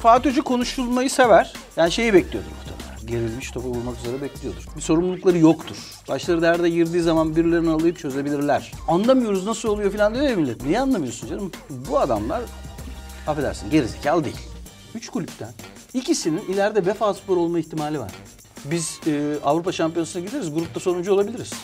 Fatih Hoca konuşulmayı sever. Yani şeyi bekliyordur muhtemelen. Gerilmiş topu vurmak üzere bekliyordur. Bir sorumlulukları yoktur. Başları derde girdiği zaman birilerini alayıp çözebilirler. Anlamıyoruz nasıl oluyor falan diyor ya millet. Niye anlamıyorsun canım? Bu adamlar, affedersin, gerizekalı değil. 3 kulüpten ikisinin ileride Vefaspor olma ihtimali var. Biz Avrupa Şampiyonası'na gideriz, grupta sonuncu olabiliriz.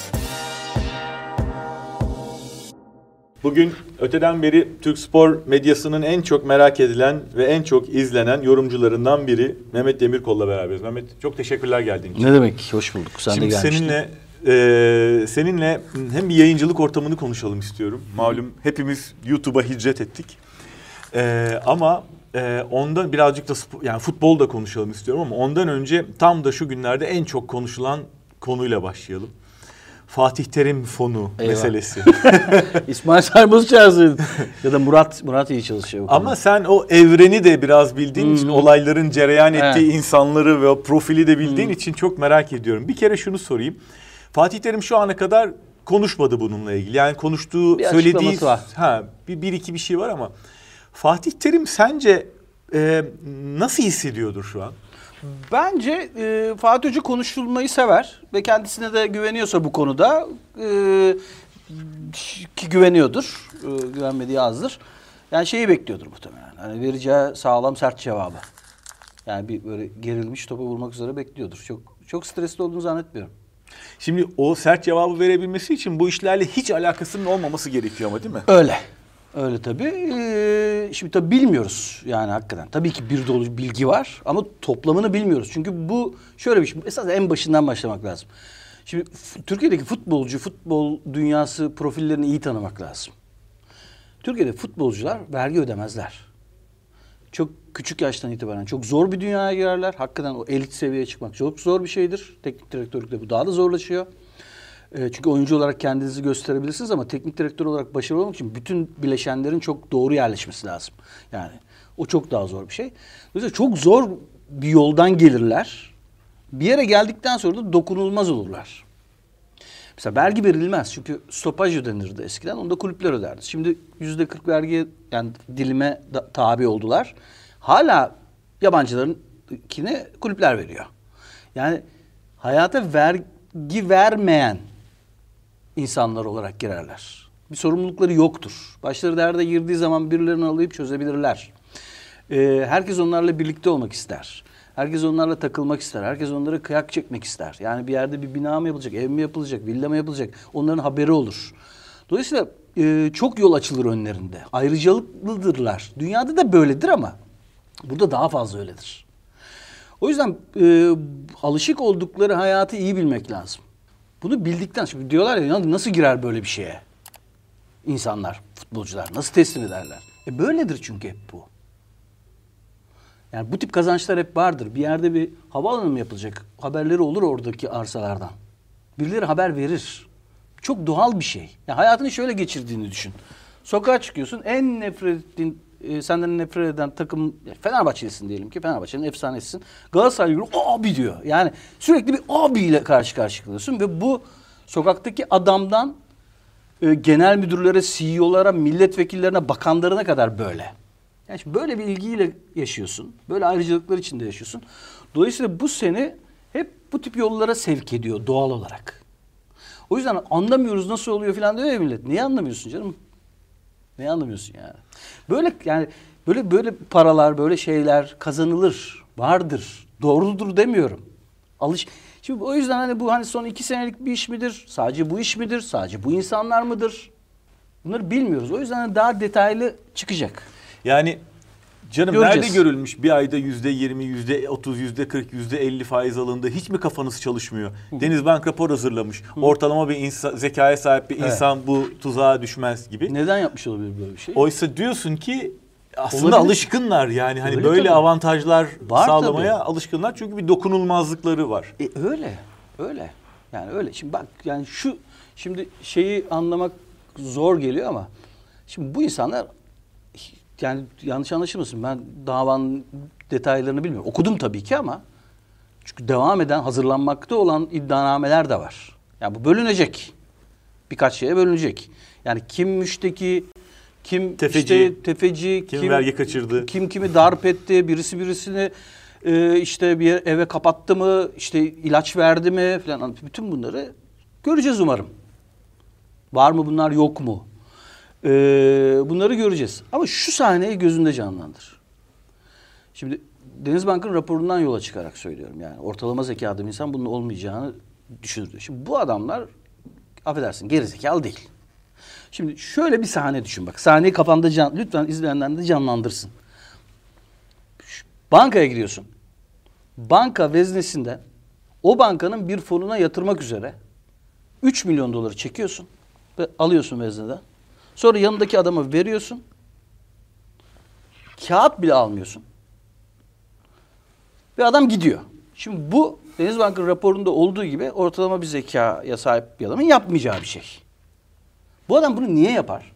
Bugün öteden beri Türk spor medyasının en çok merak edilen ve en çok izlenen yorumcularından biri Mehmet Demirkol'la beraberiz. Mehmet, çok teşekkürler geldiğin için. Ne demek? Hoş bulduk. Sen Şimdi de gelmiştin. Seninle hem bir yayıncılık ortamını konuşalım istiyorum. Malum hepimiz YouTube'a hicret ettik. Ama ondan birazcık da yani futbol da konuşalım istiyorum ama ondan önce tam da şu günlerde en çok konuşulan konuyla başlayalım. Fatih Terim fonu meselesi. İsmail Saymaz çağırsın. Ya da Murat iyi çalışıyor. Ama sen o evreni de biraz bildiğin için, olayların cereyan ettiği insanları ve o profili de bildiğin için çok merak ediyorum. Bir kere şunu sorayım. Fatih Terim şu ana kadar konuşmadı bununla ilgili. Yani konuştuğu, söylediği bir iki bir şey var ama Fatih Terim sence nasıl hissediyordur şu an? Bence Fatih Hoca konuşulmayı sever ve kendisine de güveniyorsa bu konuda ki güveniyordur, güvenmediği azdır. Yani şeyi bekliyordur muhtemelen. Hani vereceği sağlam sert cevabı. Yani bir böyle gerilmiş topu vurmak üzere bekliyordur. Çok stresli olduğunu zannetmiyorum. Şimdi o sert cevabı verebilmesi için bu işlerle hiç alakasının olmaması gerekiyor ama değil mi? Öyle tabii. Şimdi tabii bilmiyoruz yani hakikaten. Tabii ki bir dolu bilgi var ama toplamını bilmiyoruz. Çünkü bu şöyle bir şey. Esas en başından başlamak lazım. Şimdi Türkiye'deki futbol dünyası profillerini iyi tanımak lazım. Türkiye'de futbolcular vergi ödemezler. Çok küçük yaştan itibaren çok zor bir dünyaya girerler. Hakikaten o elit seviyeye çıkmak çok zor bir şeydir. Teknik direktörlükte bu daha da zorlaşıyor. Çünkü oyuncu olarak kendinizi gösterebilirsiniz ama teknik direktör olarak başarılı olmak için bütün bileşenlerin çok doğru yerleşmesi lazım. Yani o çok daha zor bir şey. Dolayısıyla çok zor bir yoldan gelirler. Bir yere geldikten sonra da dokunulmaz olurlar. Mesela vergi verilmez çünkü stopaj ödenirdi eskiden. Onu da kulüpler öderdi. Şimdi %40 vergiye yani dilime tabi oldular. Hala yabancılarınkini kulüpler veriyor. Yani hayata vergi vermeyen insanlar olarak girerler. Bir sorumlulukları yoktur. Başları derde girdiği zaman birilerini alayıp çözebilirler. Herkes onlarla birlikte olmak ister. Herkes onlarla takılmak ister. Herkes onlara kıyak çekmek ister. Yani bir yerde bir bina mı yapılacak, ev mi yapılacak, villa mı yapılacak? Onların haberi olur. Dolayısıyla çok yol açılır önlerinde. Ayrıcalıklıdırlar. Dünyada da böyledir ama burada daha fazla öyledir. O yüzden alışık oldukları hayatı iyi bilmek lazım. Bunu bildikten sonra diyorlar ya nasıl girer böyle bir şeye? İnsanlar, futbolcular nasıl teslim ederler? Böyledir çünkü hep bu. Yani bu tip kazançlar hep vardır. Bir yerde bir havaalanı mı yapılacak? Haberleri olur oradaki arsalardan. Birileri haber verir. Çok doğal bir şey. Yani hayatını şöyle geçirdiğini düşün. Sokağa çıkıyorsun. En nefret ettiğin, senden nefret eden takım Fenerbahçelisin diyelim ki. Fenerbahçe'nin efsanesisin. Galatasaray abi diyor. Yani sürekli bir abiyle karşı karşıya kalıyorsun ve bu sokaktaki adamdan genel müdürlere, CEO'lara, milletvekillerine, bakanlarına kadar böyle. Yani şimdi böyle bir ilgiyle yaşıyorsun. Böyle ayrıcalıklar içinde yaşıyorsun. Dolayısıyla bu seni hep bu tip yollara sevk ediyor doğal olarak. O yüzden anlamıyoruz nasıl oluyor falan diyor ya millet. Niye anlamıyorsun canım? Niye anlamıyorsun yani? Böyle paralar, böyle şeyler kazanılır, vardır. Doğrudur demiyorum. Şimdi o yüzden hani bu son 2 senelik bir iş midir? Sadece bu iş midir? Sadece bu insanlar mıdır? Bunları bilmiyoruz. O yüzden daha detaylı çıkacak. Yani canım göreceğiz. Nerede görülmüş bir ayda %20, %30, %40, %50 faiz alındı? Hiç mi kafanız çalışmıyor? Denizbank rapor hazırlamış. Ortalama bir zekaya sahip bir insan bu tuzağa düşmez gibi. Neden yapmış olabilir böyle bir şey? Oysa diyorsun ki aslında alışkınlar yani hani öyle böyle tabii. Avantajlar var sağlamaya tabii. alışkınlar çünkü bir dokunulmazlıkları var. Öyle. Yani öyle. Şimdi bak yani şimdi şeyi anlamak zor geliyor ama şimdi bu insanlar yani yanlış anlaşılmasın ben davanın detaylarını bilmiyorum. Okudum tabii ki ama çünkü devam eden hazırlanmakta olan iddianameler de var. Yani bu bölünecek. Birkaç şeye bölünecek. Yani kim müşteki, kim tefeci, işte tefeci, kim vergi kaçırdı, kim kimi darp etti, birisi birisini işte bir eve kapattı mı, işte ilaç verdi mi falan, bütün bunları göreceğiz umarım. Var mı bunlar, yok mu? Bunları göreceğiz. Ama şu sahneyi gözünde canlandır. Şimdi Denizbank'ın raporundan yola çıkarak söylüyorum yani. Ortalama zekalı bir insan bunun olmayacağını düşünürdü. Şimdi bu adamlar, affedersin, gerizekalı değil. Şimdi şöyle bir sahne düşün bak. Sahneyi kafanda lütfen izleyenler de canlandırsın. Bankaya gidiyorsun. Banka veznesinden o bankanın bir fonuna yatırmak üzere 3 milyon doları çekiyorsun ve alıyorsun vezneden. Sonra yanındaki adama veriyorsun. Kağıt bile almıyorsun. Ve adam gidiyor. Şimdi bu Denizbank'ın raporunda olduğu gibi ortalama bir zekaya sahip bir adamın yapmayacağı bir şey. Bu adam bunu niye yapar?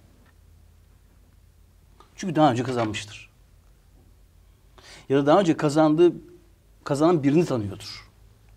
Çünkü daha önce kazanmıştır. Ya da daha önce kazanan birini tanıyordur.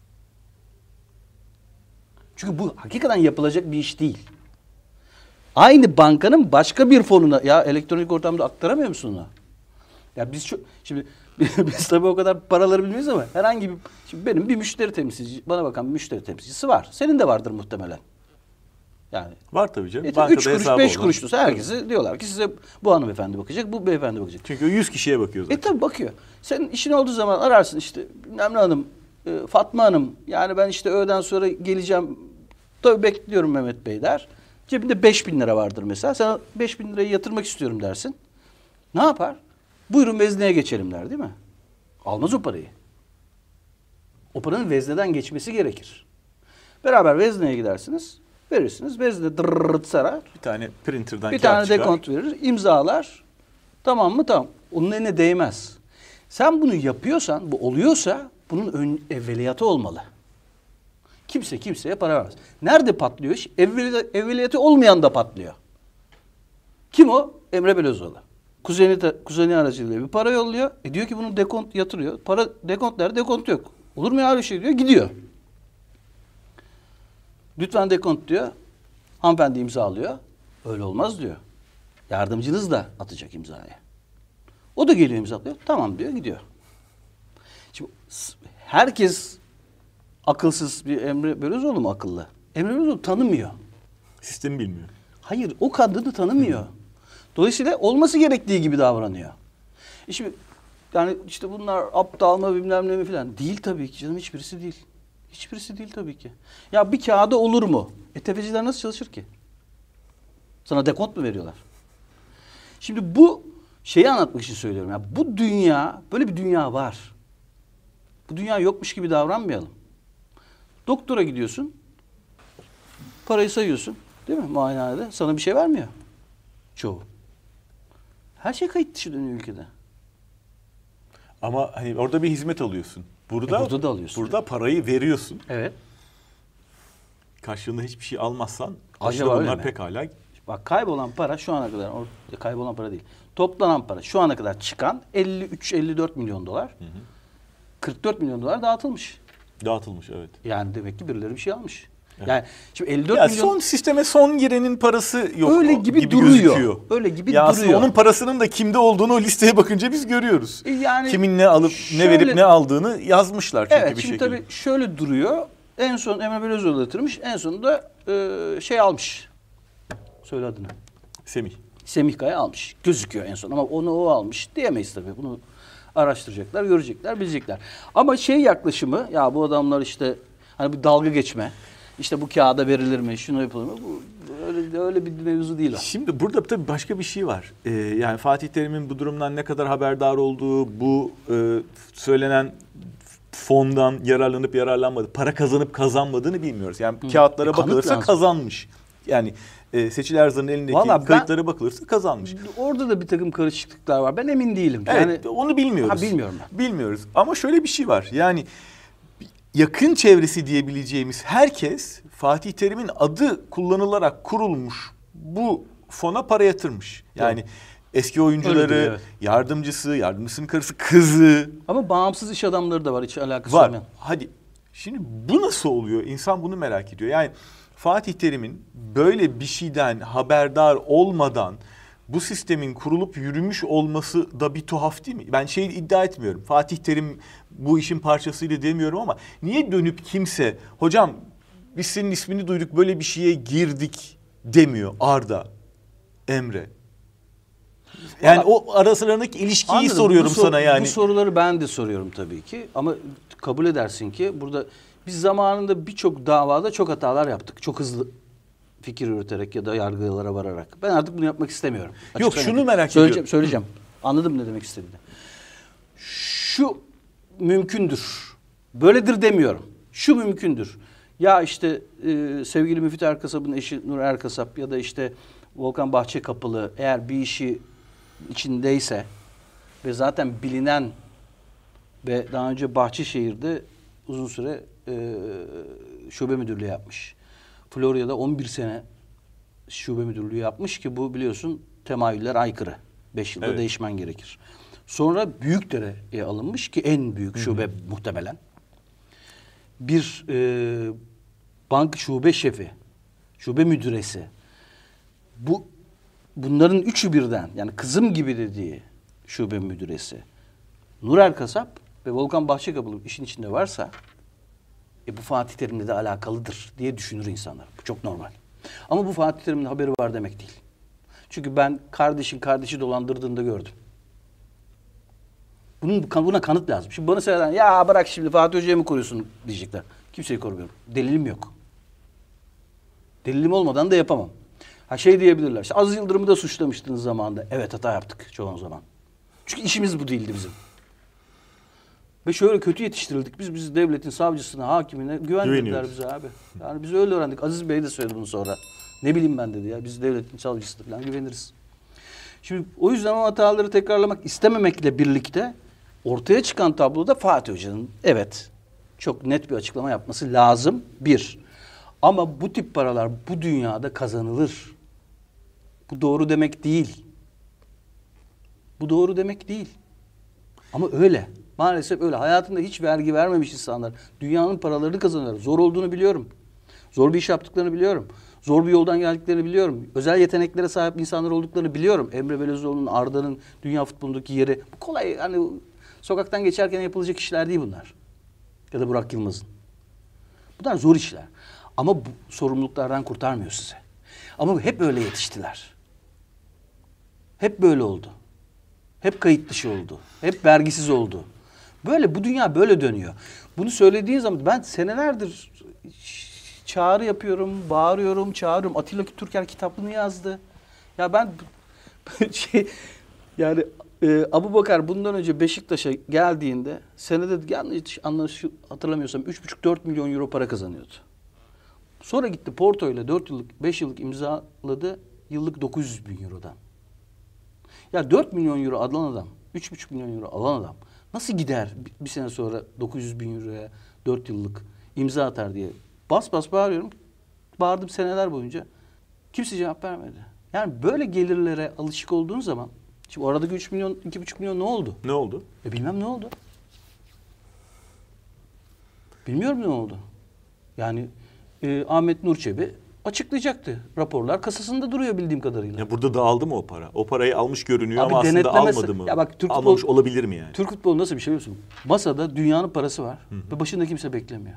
Çünkü bu hakikaten yapılacak bir iş değil. Aynı bankanın başka bir fonuna, ya elektronik ortamda aktaramıyor musun onu? Ya biz şimdi biz tabii o kadar paraları bilmiyoruz ama herhangi bir, şimdi benim bir müşteri temsilcisi, bana bakan bir müşteri temsilcisi var. Senin de vardır muhtemelen. Yani var tabii canım. 3 kuruş 5 kuruşlusa herkese diyorlar ki size bu hanımefendi bakacak, bu beyefendi bakacak. Çünkü 100 kişiye bakıyor zaten. Tabii bakıyor. Senin işin olduğu zaman ararsın işte Nemli Hanım, Fatma Hanım, yani ben işte öğleden sonra geleceğim, tabii bekliyorum Mehmet Bey der. Cebinde 5.000 lira vardır mesela. Sen 5.000 lirayı yatırmak istiyorum dersin. Ne yapar? Buyurun vezneye geçelim der, değil mi? Almaz o parayı. O paranın vezneden geçmesi gerekir. Beraber vezneye gidersiniz. Verirsiniz. Vezne dırırırt sarar. Bir tane printer'dan bir kağıt tane çıkar. dekont verir. İmzalar. Tamam mı? Tamam. Onun eline değmez. Sen bunu yapıyorsan, bu oluyorsa bunun evveliyatı olmalı. Kimse kimseye para vermez. Nerede patlıyor iş? Evveliyatı olmayan da patlıyor. Kim o? Emre Belözoğlu. Kuzeni aracılığıyla bir para yolluyor. Diyor ki bunu dekont yatırıyor. Para dekont nerede? Dekont yok. Olur mu ya öyle şey diyor. Gidiyor. Lütfen dekont diyor. Hanımefendi imzalıyor. Öyle olmaz diyor. Yardımcınız da atacak imzayı. O da geliyor imzalıyor. Tamam diyor, gidiyor. Şimdi herkes akılsız bir Emre Belözoğlu mu akıllı? Emre Belözoğlu tanımıyor. Sistemi bilmiyor. Hayır, o kadını tanımıyor. Dolayısıyla olması gerektiği gibi davranıyor. Şimdi yani işte bunlar aptal mı bilmem ne mi falan. Değil tabii ki canım, hiçbirisi değil. Hiçbirisi değil tabii ki. Ya bir kağıda olur mu? Tefeciler nasıl çalışır ki? Sana dekont mu veriyorlar? Şimdi bu şeyi anlatmak için söylüyorum. Ya bu dünya, böyle bir dünya var. Bu dünya yokmuş gibi davranmayalım. Doktora gidiyorsun. Parayı sayıyorsun. Değil mi muayenehanede? Sana bir şey vermiyor. Çoğu. Her şey kayıt dışı dönüyor ülkede. Ama hani orada bir hizmet alıyorsun. Burada da alıyorsun. Burada parayı veriyorsun. Evet. Karşılığında hiçbir şey almazsan Acaba öyle bunlar mi? pekala. Bak kaybolan para şu ana kadar, kaybolan para değil. Toplanan para şu ana kadar çıkan 53-54 milyon dolar. 44 milyon dolar dağıtılmış. Dağıtılmış, evet. Yani demek ki birileri bir şey almış. Evet. Yani şimdi 54 Ya milyon... son sisteme son girenin parası yok. Öyle gibi duruyor. Gözüküyor. Öyle gibi ya duruyor. aslında onun parasının da kimde olduğunu o listeye bakınca biz görüyoruz. Yani kimin ne alıp ne verip ne aldığını yazmışlar çünkü evet, bir şimdi şekilde. tabii şöyle duruyor. En son Emre Belözoğlu yatırmış. En sonunda şey almış. Söyle adını. Semih. Semih Kaya almış. Gözüküyor en son ama onu o almış diyemeyiz tabii. Bunu araştıracaklar, görecekler, bilecekler. Ama şey yaklaşımı, ya bu adamlar işte hani bir dalga geçme. İşte bu kağıda verilir mi, şunu yapılır mı? Bu öyle bir mevzu değil o. Şimdi burada tabii başka bir şey var. Yani Fatih Terim'in bu durumdan ne kadar haberdar olduğu, bu söylenen fondan yararlanıp yararlanmadığı, para kazanıp kazanmadığını bilmiyoruz. Yani kağıtlara bakılırsa lazım. kazanmış. Yani Seçil Erzan'ın elindeki Vallahi kayıtlara bakılırsa kazanmış. Orada da bir takım karışıklıklar var. Ben emin değilim. Evet, Yani onu bilmiyoruz. bilmiyorum ben. Bilmiyoruz. Ama şöyle bir şey var. Yani yakın çevresi diyebileceğimiz herkes Fatih Terim'in adı kullanılarak kurulmuş bu fona para yatırmış. Yani eski oyuncuları, evet. yardımcısının karısı, kızı. Ama bağımsız iş adamları da var, hiç alakası Var. olmayan. Hadi şimdi bu nasıl oluyor? İnsan bunu merak ediyor. Yani Fatih Terim'in böyle bir şeyden haberdar olmadan bu sistemin kurulup yürümüş olması da bir tuhaf değil mi? Ben iddia etmiyorum. Fatih Terim bu işin parçasıydı demiyorum ama niye dönüp kimse hocam biz senin ismini duyduk böyle bir şeye girdik demiyor Arda, Emre. Yani o aralarındaki ilişkiyi anladım, soruyorum sana yani. Bu soruları ben de soruyorum tabii ki ama kabul edersin ki burada biz zamanında birçok davada çok hatalar yaptık. Çok hızlı fikir üreterek ya da yargılara vararak. Ben artık bunu yapmak istemiyorum. Yok şunu merak ediyorum. Söyleyeceğim. Anladım ne demek istediğini. Şu mümkündür. Böyledir demiyorum. Şu mümkündür. Ya işte sevgili Müfit Erkasap'ın eşi Nur Erkasap ya da işte Volkan Bahçekapılı eğer bir işi içindeyse ve zaten bilinen ve daha önce Bahçeşehir'de uzun süre şube müdürlüğü yapmış. Florya'da 11 sene şube müdürlüğü yapmış ki bu biliyorsun temayüller aykırı. 5 yılda evet. değişmen gerekir. Sonra Büyükdere'ye alınmış ki en büyük şube muhtemelen. Bir bank şube şefi, şube müdüresi. Bunların üçü birden yani kızım gibi dediği şube müdüresi Nur Erkasap ve Volkan Bahçekapılı işin içinde varsa bu Fatih Terim'le de alakalıdır diye düşünür insanlar. Bu çok normal. Ama bu Fatih Terim'in haberi var demek değil. Çünkü ben kardeşi dolandırdığında gördüm. Buna kanıt lazım. Şimdi bana söylerler ya bırak şimdi Fatih Hoca'yı mı koruyorsun diyecekler. Kimseyi korumuyorum. Delilim yok. Delilim olmadan da yapamam. Diyebilirler. İşte Aziz Yıldırım'ı da suçlamıştınız zamanında. Evet hata yaptık çoğu zaman. Çünkü işimiz bu değildi bizim. Ve şöyle kötü yetiştirildik. Biz devletin savcısına, hakimine güvenmediler bize abi. Yani biz öyle öğrendik. Aziz Bey de söyledi bunu sonra. Ne bileyim ben dedi ya. Biz devletin savcısına falan güveniriz. Şimdi o yüzden o hataları tekrarlamak istememekle birlikte ortaya çıkan tabloda Fatih Hoca'nın evet çok net bir açıklama yapması lazım. Bir. Ama bu tip paralar bu dünyada kazanılır. Bu doğru demek değil. Bu doğru demek değil. Ama öyle. Maalesef öyle. Hayatında hiç vergi vermemiş insanlar dünyanın paralarını kazanıyorlar. Zor olduğunu biliyorum. Zor bir iş yaptıklarını biliyorum. Zor bir yoldan geldiklerini biliyorum. Özel yeteneklere sahip insanlar olduklarını biliyorum. Emre Belözoğlu'nun, Arda'nın dünya futbolundaki yeri. Bu kolay. Hani sokaktan geçerken yapılacak işler değil bunlar. Ya da Burak Yılmaz'ın. Bunlar zor işler. Ama bu sorumluluklardan kurtarmıyor sizi. Ama hep öyle yetiştiler. Hep böyle oldu. Hep kayıt dışı oldu. Hep vergisiz oldu. Böyle bu dünya böyle dönüyor. Bunu söylediğin zaman ben senelerdir çağrı yapıyorum, bağırıyorum, çağırıyorum. Atilla Türker kitaplığını yazdı. Ya ben yani Abubakar bundan önce Beşiktaş'a geldiğinde senede yanlış hatırlamıyorsam 3,5-4 milyon euro para kazanıyordu. Sonra gitti Porto ile 5 yıllık imzaladı. Yıllık 900 bin eurodan. Ya 4 milyon euro alan adam, 3,5 milyon euro alan adam nasıl gider bir sene sonra 900 bin euroya 4 yıllık imza atar diye bas bağırıyorum. Bağırdım seneler boyunca. Kimse cevap vermedi. Yani böyle gelirlere alışık olduğun zaman şimdi oradaki 3 milyon, 2,5 milyon ne oldu? Ne oldu? Bilmem ne oldu. Bilmiyorum ne oldu. Yani Ahmet Nur Çebi açıklayacaktı. Raporlar kasasında duruyor bildiğim kadarıyla. Ya burada dağıldı mı o para? O parayı almış görünüyor abi ama aslında almadı mı? Ya bak, almamış olabilir mi yani? Türk futbolu nasıl bir şey biliyor musun? Masada dünyanın parası var ve başında kimse beklemiyor.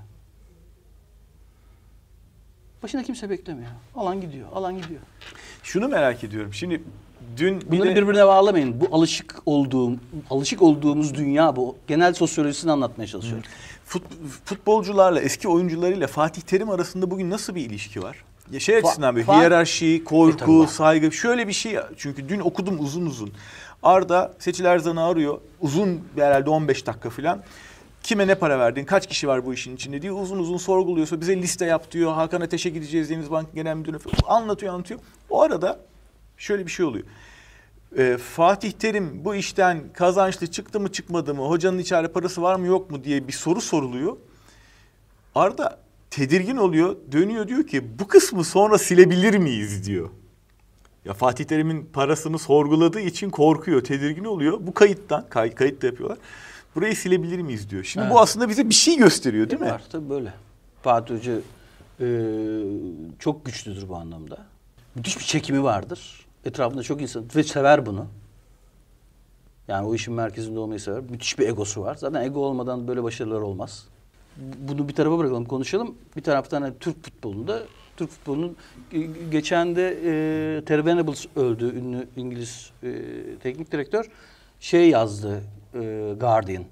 Başında kimse beklemiyor. Alan gidiyor. Şunu merak ediyorum. Şimdi dün bunları birbirine bağlamayın. Bu alışık olduğumuz dünya bu. Genel sosyolojisini anlatmaya çalışıyorum. Futbolcularla, eski oyuncularıyla Fatih Terim arasında bugün nasıl bir ilişki var? Ya açısından bir hiyerarşi, korku, saygı şöyle bir şey. Çünkü dün okudum uzun. Arda Seçil Erzan'ı arıyor. Uzun herhalde 15 dakika falan. Kime ne para verdin? Kaç kişi var bu işin içinde diye uzun sorguluyorsa bize liste yap diyor. Hakan Ateş'e gideceğiz Denizbank Genel Müdürü'ne anlatıyor. O arada şöyle bir şey oluyor. Fatih Terim bu işten kazançlı çıktı mı çıkmadı mı? Hocanın içeride parası var mı yok mu diye bir soru soruluyor. Arda tedirgin oluyor. Dönüyor diyor ki bu kısmı sonra silebilir miyiz diyor. Ya Fatih Terim'in parasını sorguladığı için korkuyor, tedirgin oluyor. Bu kayıttan, kayıt da yapıyorlar. Burayı silebilir miyiz diyor. Şimdi bu aslında bize bir şey gösteriyor değil mi? Var tabii böyle. Fatih Hoca çok güçlüdür bu anlamda. Müthiş bir çekimi vardır. Etrafında çok insan ve sever bunu. Yani o işin merkezinde olmayı sever. Müthiş bir egosu var. Zaten ego olmadan böyle başarılar olmaz. Bunu bir tarafa bırakalım, konuşalım. Bir taraftan hani Türk futbolunun geçen de Terry Venables öldü, ünlü İngiliz teknik direktör. Yazdı Guardian.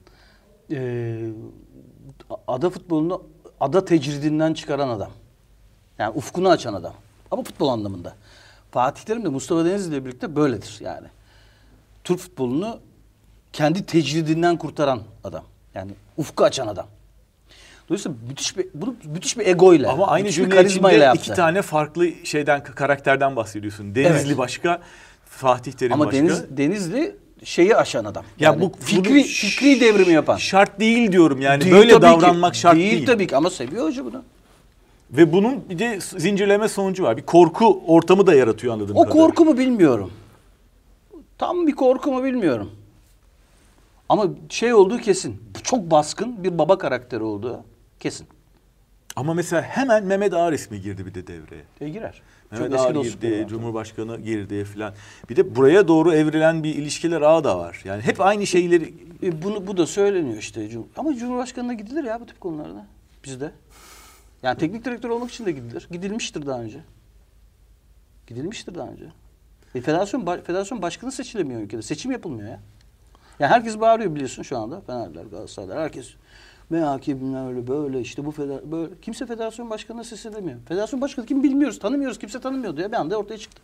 Ada futbolunu ada tecridinden çıkaran adam. Yani ufkunu açan adam. Ama futbol anlamında. Fatih Terim de Mustafa Denizli ile birlikte böyledir yani. Türk futbolunu kendi tecridinden kurtaran adam. Yani ufku açan adam. Dolayısıyla müthiş bir egoyla, ama aynı cümle içinde iki tane farklı karakterden bahsediyorsun. Denizli başka, Fatih Terim başka. Ama Denizli şeyi aşan adam. Yani bu fikri devrimi yapan. Şart değil diyorum yani. Değil, böyle davranmak şart değil. Değil tabii ki ama seviyor hoca bunu. Ve bunun bir de zincirleme sonucu var. Bir korku ortamı da yaratıyor anladığım kadarıyla. O korku mu bilmiyorum. Tam bir korku mu bilmiyorum. Ama olduğu kesin. Çok baskın bir baba karakteri olduğu kesin. Ama mesela hemen Mehmet Ağar ismi girdi bir de devreye. Girer. Mehmet Ağar girdi, Cumhurbaşkanı girdi falan. Bir de buraya doğru evrilen bir ilişkiler ağı da var. Yani hep aynı şeyleri... Bu da söyleniyor işte. Ama Cumhurbaşkanı'na gidilir ya bu tip konularda. Bizde. Yani teknik direktör olmak için de gidilir. Gidilmiştir daha önce. Federasyon başkanı seçilemiyor ülkede. Seçim yapılmıyor ya. Yani herkes bağırıyor biliyorsun şu anda. Fenerler, Galatasaraylar, herkes MHK bilmem öyle böyle işte böyle. Kimse federasyon başkanına seçilemiyor. Federasyon başkanı kim bilmiyoruz, tanımıyoruz. Kimse tanımıyordu ya. Bir anda ortaya çıktı.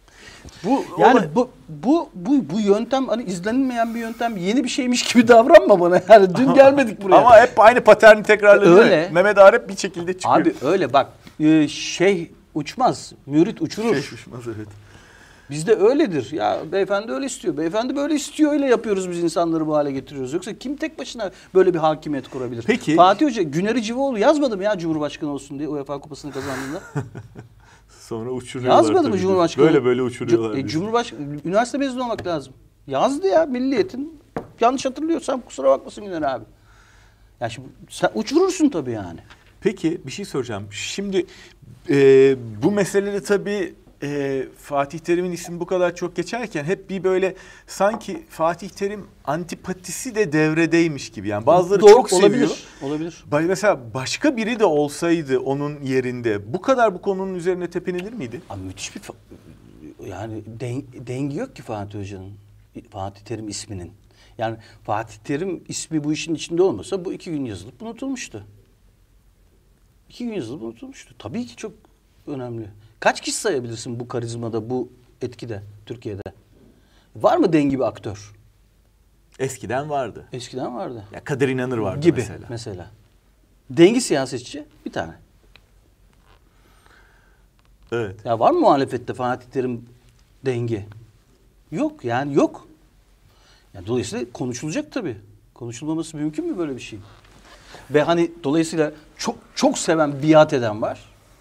Bu yöntem hani izlenilmeyen bir yöntem, yeni bir şeymiş gibi davranma bana. Yani dün gelmedik buraya. Ama hep aynı paterni tekrarlanıyor. Öyle. Mehmet Ağar hep bir şekilde çıkıyor. Abi öyle bak. Uçmaz. Mürit uçurur. Uçmaz evet. Bizde öyledir. Ya beyefendi öyle istiyor. Beyefendi böyle istiyor, öyle yapıyoruz biz insanları bu hale getiriyoruz. Yoksa kim tek başına böyle bir hakimiyet kurabilir? Peki. Fatih Hoca Güner Civoğlu yazmadı mı ya Cumhurbaşkanı olsun diye UEFA Kupası'nı kazandığında? Sonra uçuruyorlar. Yazmadı mı Cumhurbaşkanı? Böyle uçuruyorlar. Üniversite mezunu olmak lazım. Yazdı ya Milliyet'in. Yanlış hatırlıyorsam kusura bakmasın Güner abi. Ya şimdi sen uçurursun tabii yani. Peki bir şey soracağım. Şimdi bu meselede tabii Fatih Terim'in ismi bu kadar çok geçerken hep bir böyle sanki Fatih Terim antipatisi de devredeymiş gibi. Yani bazıları çok seviyor. Olabilir. Mesela başka biri de olsaydı onun yerinde bu kadar bu konunun üzerine tepinilir miydi? Abi müthiş bir yani dengi yok ki Fatih Hoca'nın. Fatih Terim isminin. Yani Fatih Terim ismi bu işin içinde olmasa bu 2 gün yazılıp unutulmuştu. 2 gün yazılıp unutulmuştu. Tabii ki çok önemli. Kaç kişi sayabilirsin bu karizmada, bu etkide Türkiye'de? Var mı dengi bir aktör? Eskiden vardı. Ya Kadir İnanır vardı gibi mesela. Dengi siyasetçi bir tane. Evet. Ya var mı muhalefette Fatih Terim dengi? Yok yani yok. Yani dolayısıyla konuşulacak tabii. Konuşulmaması mümkün mü böyle bir şey? Ve hani dolayısıyla çok seven, biat eden var.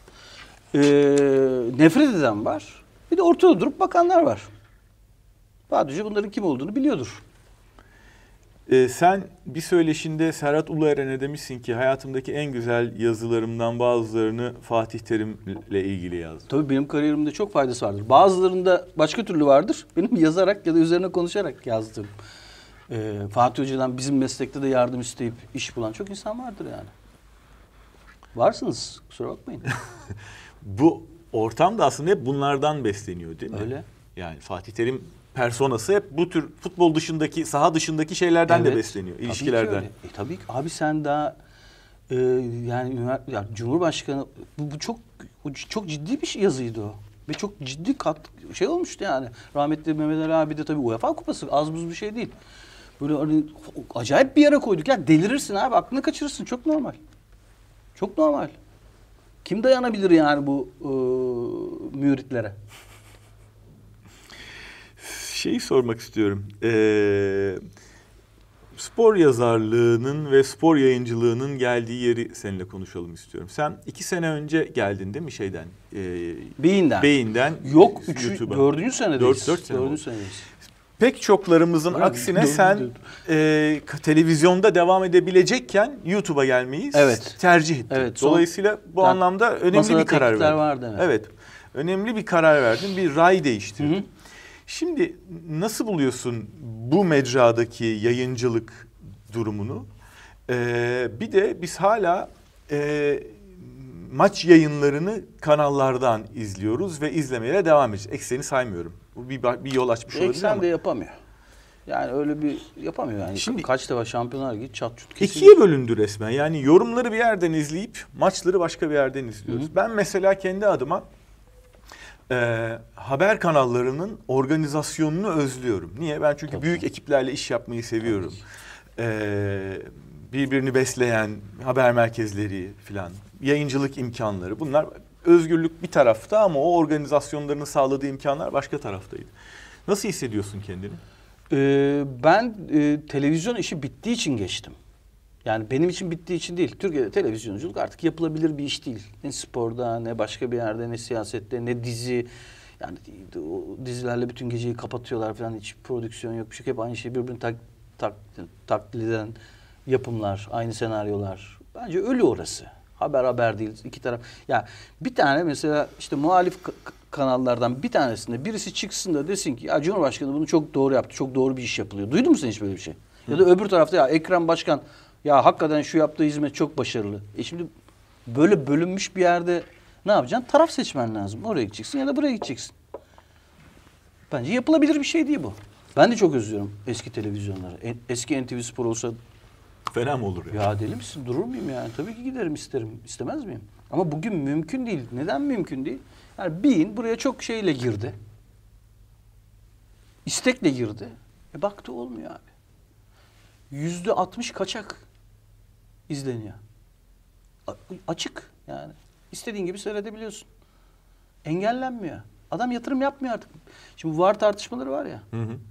Nefret eden var. Bir de ortada durup bakanlar var. Fatih Hoca bunların kim olduğunu biliyordur. Sen bir söyleşinde Serhat Ulueren'e demişsin ki hayatımdaki en güzel yazılarımdan bazılarını Fatih Terim'le ilgili yazdım. Tabii benim kariyerimde çok faydası vardır. Bazılarında başka türlü vardır. Benim yazarak ya da üzerine konuşarak yazdığım. Fatih Hoca'dan bizim meslekte de yardım isteyip iş bulan çok insan vardır yani. Varsınız, kusura bakmayın. Bu ortam da aslında hep bunlardan besleniyor değil mi? Öyle. Yani Fatih Terim personası hep bu tür futbol dışındaki, saha dışındaki şeylerden de besleniyor, ilişkilerden. Tabii ki abi sen daha yani Cumhurbaşkanı bu çok ciddi bir yazıydı o. Ve çok ciddi olmuştu yani. Rahmetli Mehmet Ali abi de tabii UEFA Kupası az buz bir şey değil. Böyle hani acayip bir yere koyduk. Ya delirirsin abi, aklını kaçırırsın. Çok normal. Çok normal. Kim dayanabilir yani bu müritlere? Şeyi sormak istiyorum. Spor yazarlığının ve spor yayıncılığının geldiği yeri seninle konuşalım istiyorum. Sen 2 sene önce geldin değil mi şeyden? Beyin'den. Yok, 4. senedeyiz. 4 sene. 4. senedeyiz. Pek çoklarımızın aksine sen televizyonda devam edebilecekken YouTube'a gelmeyi tercih ettin. Evet, dolayısıyla bu anlamda önemli bir karar verdin. Vardı, evet. Önemli bir karar verdin, bir ray değiştirdin. Şimdi nasıl buluyorsun bu mecradaki yayıncılık durumunu? Bir de biz hala maç yayınlarını kanallardan izliyoruz ve izlemeye devam edeceğiz. Eksen'i saymıyorum. Bu bir yol açmış olabilir Eksen ama. de yapamıyor. Yani öyle bir yapamıyor yani. Şimdi Kaç defa Şampiyonlar Ligi çat çut kesildi. İkiye bölündü resmen. Yani yorumları bir yerden izleyip maçları başka bir yerden izliyoruz. Ben mesela kendi adıma haber kanallarının organizasyonunu özlüyorum. Niye? Ben çünkü büyük ekiplerle iş yapmayı seviyorum. Birbirini besleyen haber merkezleri filan, yayıncılık imkanları, bunlar özgürlük bir tarafta ama o organizasyonlarını sağladığı imkanlar başka taraftaydı. Nasıl hissediyorsun kendini? Ben televizyon işi bittiği için geçtim. Yani benim için bittiği için değil. Türkiye'de televizyonculuk artık yapılabilir bir iş değil. Ne sporda, ne başka bir yerde, ne siyasette, ne dizi. Yani o dizilerle bütün geceyi kapatıyorlar falan. Hiç prodüksiyon yok. Bir şey hep aynı şey birbirini taklit eden yapımlar, aynı senaryolar. Bence ölü orası. Haber değil. İki taraf. Ya bir tane mesela işte muhalif kanallardan bir tanesinde birisi çıksın da desin ki ya Cumhurbaşkanı bunu çok doğru yaptı. Çok doğru bir iş yapılıyor. Duydun mu sen hiç böyle bir şey? Ya da öbür tarafta ya Ekrem Başkan ya hakikaten şu yaptığı hizmet çok başarılı. Şimdi böyle bölünmüş bir yerde ne yapacaksın? Taraf seçmen lazım. Oraya gideceksin ya da buraya gideceksin. Bence yapılabilir bir şey değil bu. Ben de çok özlüyorum eski televizyonları. Eski NTV Spor olsa fena mı olur ya? Ya deli misin? Durur muyum yani? Tabii ki giderim isterim. İstemez miyim? Ama bugün mümkün değil. Neden mümkün değil? Yani beyin buraya çok şeyle girdi. İstekle girdi. Baktı olmuyor abi. %60 kaçak izleniyor. Açık yani. İstediğin gibi seyredebiliyorsun. Engellenmiyor. Adam yatırım yapmıyor artık. Şimdi VAR tartışmaları var ya.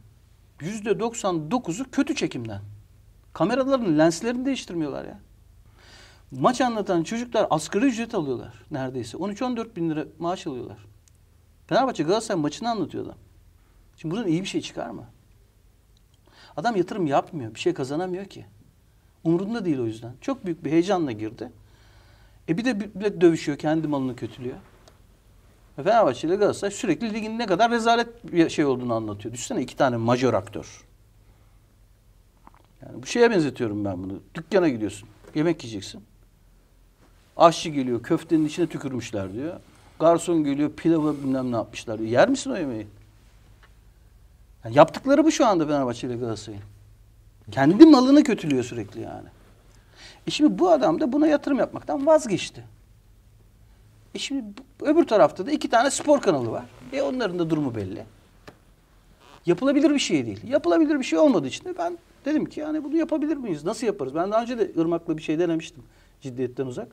%99'u kötü çekimden. Kameraların lenslerini değiştirmiyorlar ya. Maç anlatan çocuklar asgari ücret alıyorlar neredeyse. 13-14 bin lira maaş alıyorlar. Fenerbahçe Galatasaray maçını anlatıyor adam. Şimdi buradan iyi bir şey çıkar mı? Adam yatırım yapmıyor. Bir şey kazanamıyor ki. Umurunda değil o yüzden. Çok büyük bir heyecanla girdi. Bir de millet dövüşüyor. Kendi malını kötülüyor. Fenerbahçe ile Galatasaray sürekli ligin ne kadar rezalet bir şey olduğunu anlatıyor. Düşünsene 2 tane majör aktör. Yani bu şeye benzetiyorum ben bunu. Dükkana gidiyorsun. Yemek yiyeceksin. Aşçı geliyor. Köftenin içine tükürmüşler diyor. Garson geliyor. Pilavı bilmem ne yapmışlar diyor. Yer misin o yemeği? Yani yaptıkları bu şu anda Fenerbahçe ile Galatasaray'ın. Kendi malını kötülüyor sürekli yani. Şimdi bu adam da buna yatırım yapmaktan vazgeçti. Şimdi öbür tarafta da 2 tane spor kanalı var. Onların da durumu belli. Yapılabilir bir şey değil. Yapılabilir bir şey olmadığı için de ben dedim ki yani bunu yapabilir miyiz? Nasıl yaparız? Ben daha önce de Irmak'la bir şey denemiştim. Ciddiyetten uzak.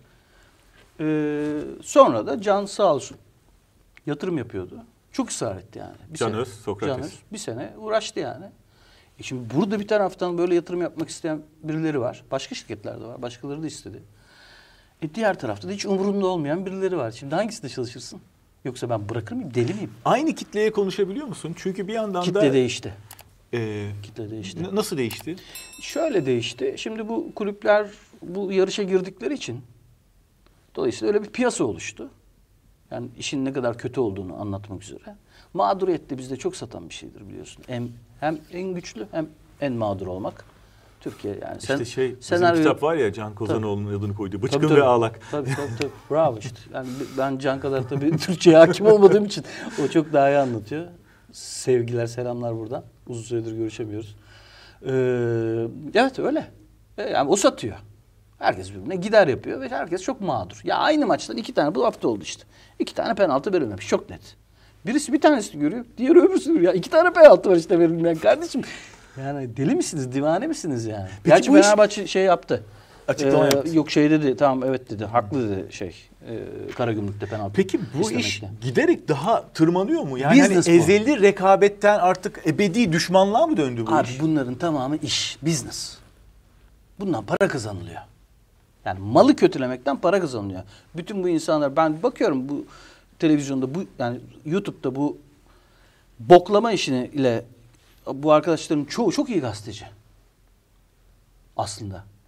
Sonra da Can sağ olsun yatırım yapıyordu. Çok ısrar etti yani. Can Sokrates. Can Öz bir sene uğraştı yani. Şimdi burada bir taraftan böyle yatırım yapmak isteyen birileri var. Başka şirketler de var. Başkaları da istedi. Diğer tarafta da hiç umurunda olmayan birileri var. Şimdi hangisinde çalışırsın? Yoksa ben bırakır mıyım? Deli miyim? Aynı kitleye konuşabiliyor musun? Çünkü bir yandan Kitle da... değişti. Kitle değişti. Nasıl değişti? Şöyle değişti. Şimdi bu kulüpler bu yarışa girdikleri için dolayısıyla öyle bir piyasa oluştu. Yani işin ne kadar kötü olduğunu anlatmak üzere. Mağduriyet de bizde çok satan bir şeydir biliyorsun. Hem en güçlü hem en mağdur olmak. Türkiye yani. İşte bizim kitap var ya Can Kozanoğlu'nun adını koyduğu. Bıçkın ve Ağlak. Tabii. Bravo işte. Yani ben Can kadar tabii Türkçe'ye hakim olmadığım için o çok daha iyi anlatıyor. Sevgiler, selamlar buradan. Uzun süredir görüşemiyoruz. Evet öyle. Yani o satıyor. Herkes birbirine gider yapıyor ve herkes çok mağdur. Ya aynı maçtan 2 tane bu hafta oldu işte. 2 tane penaltı verilmemiş. Çok net. Birisi bir tanesini görüyor. Diğeri öbürsünü görüyor. Ya 2 tane penaltı var işte verilmeyen kardeşim. Yani deli misiniz? Divane misiniz yani? Peki gerçi Fenerbahçe şey yaptı. Açıklama yaptı. Yok şey dedi. Tamam evet dedi. Haklı dedi Karagümrük'te penaltı. Peki bu iş giderek daha tırmanıyor mu? Yani hani ezeli rekabetten artık ebedi düşmanlığa mı döndü bu iş? Abi bunların tamamı iş. Business. Bundan para kazanılıyor. Yani malı kötülemekten para kazanılıyor. Bütün bu insanlar ben bakıyorum bu televizyonda bu yani YouTube'da bu boklama işini ile bu arkadaşların çoğu çok iyi gazeteci. Aslında.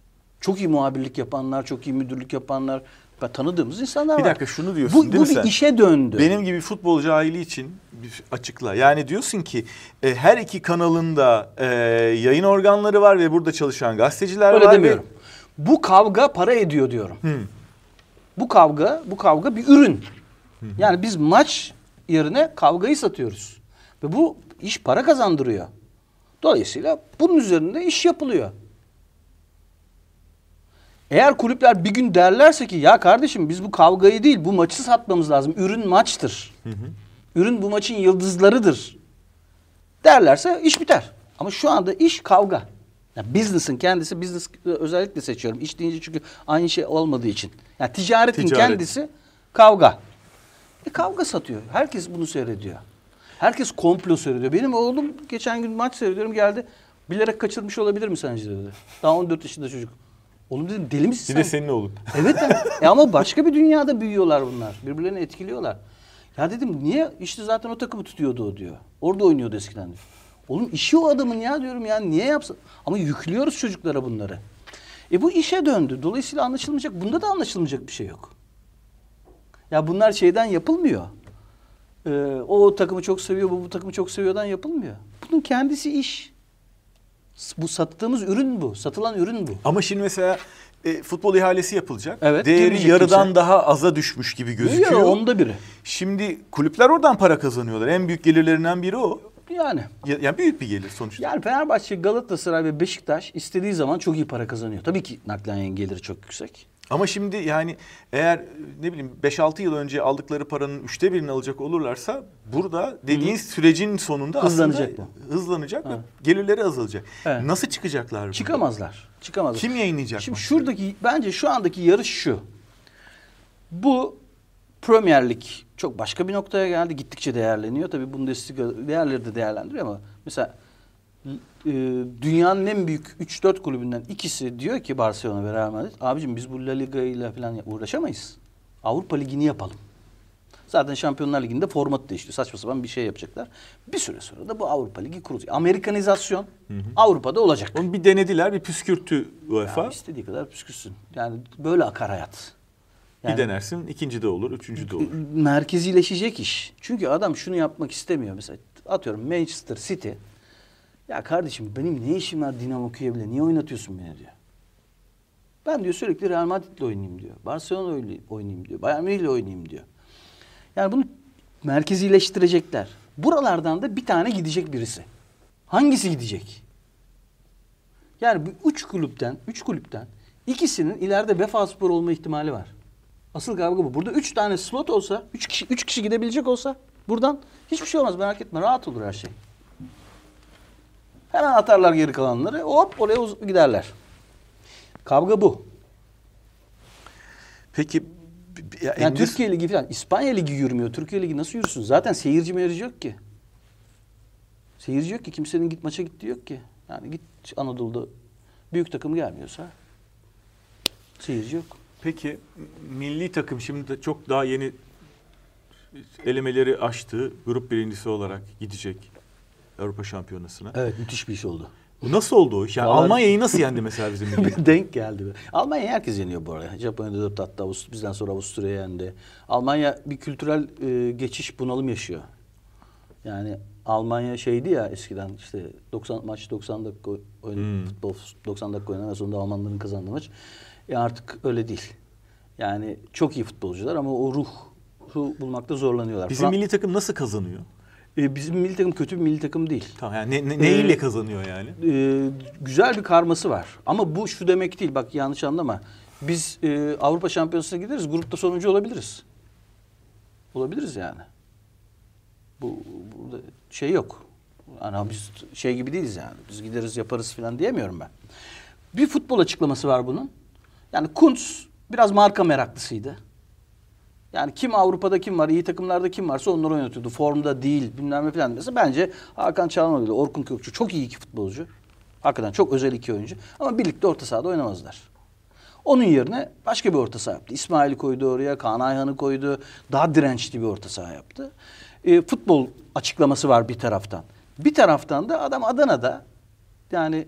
Çok iyi muhabirlik yapanlar, çok iyi müdürlük yapanlar. Ben tanıdığımız insanlar var. Bir dakika şunu diyorsun değil mi sen? Bu bir işe döndü. Benim gibi futbol cahili için bir açıkla. Yani diyorsun ki her iki kanalında yayın organları var ve burada çalışan gazeteciler Öyle var. demiyorum. Bu kavga para ediyor diyorum. Bu kavga bir ürün. Yani biz maç yerine kavgayı satıyoruz. Ve bu iş para kazandırıyor. Dolayısıyla bunun üzerinde iş yapılıyor. Eğer kulüpler bir gün derlerse ki ya kardeşim biz bu kavgayı değil bu maçı satmamız lazım. Ürün maçtır. Ürün bu maçın yıldızlarıdır. Derlerse iş biter. Ama şu anda iş kavga. Yani business'ın kendisi, business özellikle seçiyorum. İş deyince çünkü aynı şey olmadığı için. Yani ticaretin kendisi kavga. Kavga satıyor. Herkes bunu seyrediyor. Herkes komplo seyrediyor. Benim oğlum geçen gün maç seyrediyorum geldi. Bilerek kaçırmış olabilir mi sence dedi. Daha 14 yaşında çocuk. Oğlum dedim deli misin sen? Bir de senin oğlun. Evet ama başka bir dünyada büyüyorlar bunlar. Birbirlerini etkiliyorlar. Ya dedim niye? İşte zaten o takımı tutuyordu o diyor. Orada oynuyordu eskiden diyor. Oğlum işi o adamın ya diyorum yani niye yapsın? Ama yüklüyoruz çocuklara bunları. Bu işe döndü. Dolayısıyla anlaşılmayacak. Bunda da anlaşılmayacak bir şey yok. Ya bunlar şeyden yapılmıyor. O takımı çok seviyor, bu takımı çok seviyordan yapılmıyor. Bunun kendisi iş. Bu sattığımız ürün bu. Satılan ürün bu. Ama şimdi mesela futbol ihalesi yapılacak. Evet, değeri yarıdan daha aza düşmüş gibi gözüküyor. Ya, onda biri. Şimdi kulüpler oradan para kazanıyorlar. En büyük gelirlerinden biri o. Yani. Yani büyük bir gelir sonuçta. Yani Fenerbahçe, Galatasaray ve Beşiktaş istediği zaman çok iyi para kazanıyor. Tabii ki nakliye geliri çok yüksek. Ama şimdi yani eğer ne bileyim 5-6 yıl önce aldıkları paranın 1/3'ini alacak olurlarsa burada dediğin sürecin sonunda hızlanacak aslında hızlanacak ve gelirleri azalacak. Evet. Nasıl çıkacaklar? Çıkamazlar. Kim yayınlayacak? Şimdi şuradaki bence şu andaki yarış şu. Bu Premier Lig çok başka bir noktaya geldi. Gittikçe değerleniyor. Tabii Bundesliga değerleri de değerlendiriyor ama mesela dünyanın en büyük 3-4 kulübünden ikisi diyor ki Barcelona ve Real Madrid abicim biz bu La Liga ile falan uğraşamayız. Avrupa Ligi'ni yapalım. Zaten Şampiyonlar Ligi'nde format değişti. Saçma sapan bir şey yapacaklar. Bir süre sonra da bu Avrupa Ligi kurulacak. Amerikanizasyon Avrupa'da olacak. Onu bir denediler, bir püskürttü UEFA. Ya istediği kadar püskürsün. Yani böyle akar hayat. Yani, bir denersin, ikinci de olur, üçüncü de olur. Merkezileşecek iş. Çünkü adam şunu yapmak istemiyor. Mesela atıyorum Manchester City. Ya kardeşim benim ne işim var Dinamo Kiev'le? Niye oynatıyorsun beni diyor. Ben diyor sürekli Real Madrid'le oynayayım diyor. Barcelona'yla oynayayım diyor. Bayern Münih'le oynayayım diyor. Yani bunu merkezileştirecekler. Buralardan da bir tane gidecek birisi. Hangisi gidecek? Yani bu üç kulüpten ikisinin ileride Vefaspor olma ihtimali var. Asıl kavga bu. Burada 3 tane slot olsa, 3 kişi gidebilecek olsa buradan hiçbir şey olmaz merak etme. Rahat olur her şey. Hemen atarlar geri kalanları. Hop oraya giderler. Kavga bu. Peki yani Türkiye Ligi falan, İspanya Ligi yürümüyor. Türkiye Ligi nasıl yürüsün? Zaten seyirci meyirci yok ki. Seyirci yok ki. Kimsenin maça gittiği yok ki. Yani git Anadolu'da büyük takım gelmiyorsa seyirci yok. Peki milli takım şimdi de çok daha yeni elemeleri aştı. Grup birincisi olarak gidecek Avrupa Şampiyonası'na. Evet müthiş bir iş oldu. Bu nasıl oldu o iş? Yani Almanya'yı nasıl yendi mesela bizim milli? Denk geldi. Almanya herkes yeniyor bu arada. Japonya'da 4 hatta bizden sonra Avusturya'ya yendi. Almanya bir kültürel geçiş bunalım yaşıyor. Yani Almanya şeydi ya eskiden işte 90 dakika futbol 90 dakika oynanan sonunda Almanların kazandığı maç. Artık öyle değil. Yani çok iyi futbolcular ama o ruhu bulmakta zorlanıyorlar. Bizim milli takım nasıl kazanıyor? Bizim milli takım kötü bir milli takım değil. Tamam yani neyle kazanıyor yani? Güzel bir karması var. Ama bu şu demek değil. Bak yanlış anlama. Biz Avrupa Şampiyonası'na gideriz. Grupta sonuncu olabiliriz. Olabiliriz yani. Burada şey yok. Yani biz şey gibi değiliz yani. Biz gideriz yaparız falan diyemiyorum ben. Bir futbol açıklaması var bunun. Yani Kuntz biraz marka meraklısıydı. Yani kim Avrupa'da kim var, iyi takımlarda kim varsa onları oynatıyordu. Formda değil, bilmem ne falan. Mesela bence Hakan Çalhanoğlu ile Orkun Kökçü çok iyi iki futbolcu. Hakikaten çok özel iki oyuncu. Ama birlikte orta sahada oynamazlar. Onun yerine başka bir orta saha yaptı. İsmail'i koydu oraya, Kaan Ayhan'ı koydu. Daha dirençli bir orta saha yaptı. Futbol açıklaması var bir taraftan. Bir taraftan da adam Adana'da yani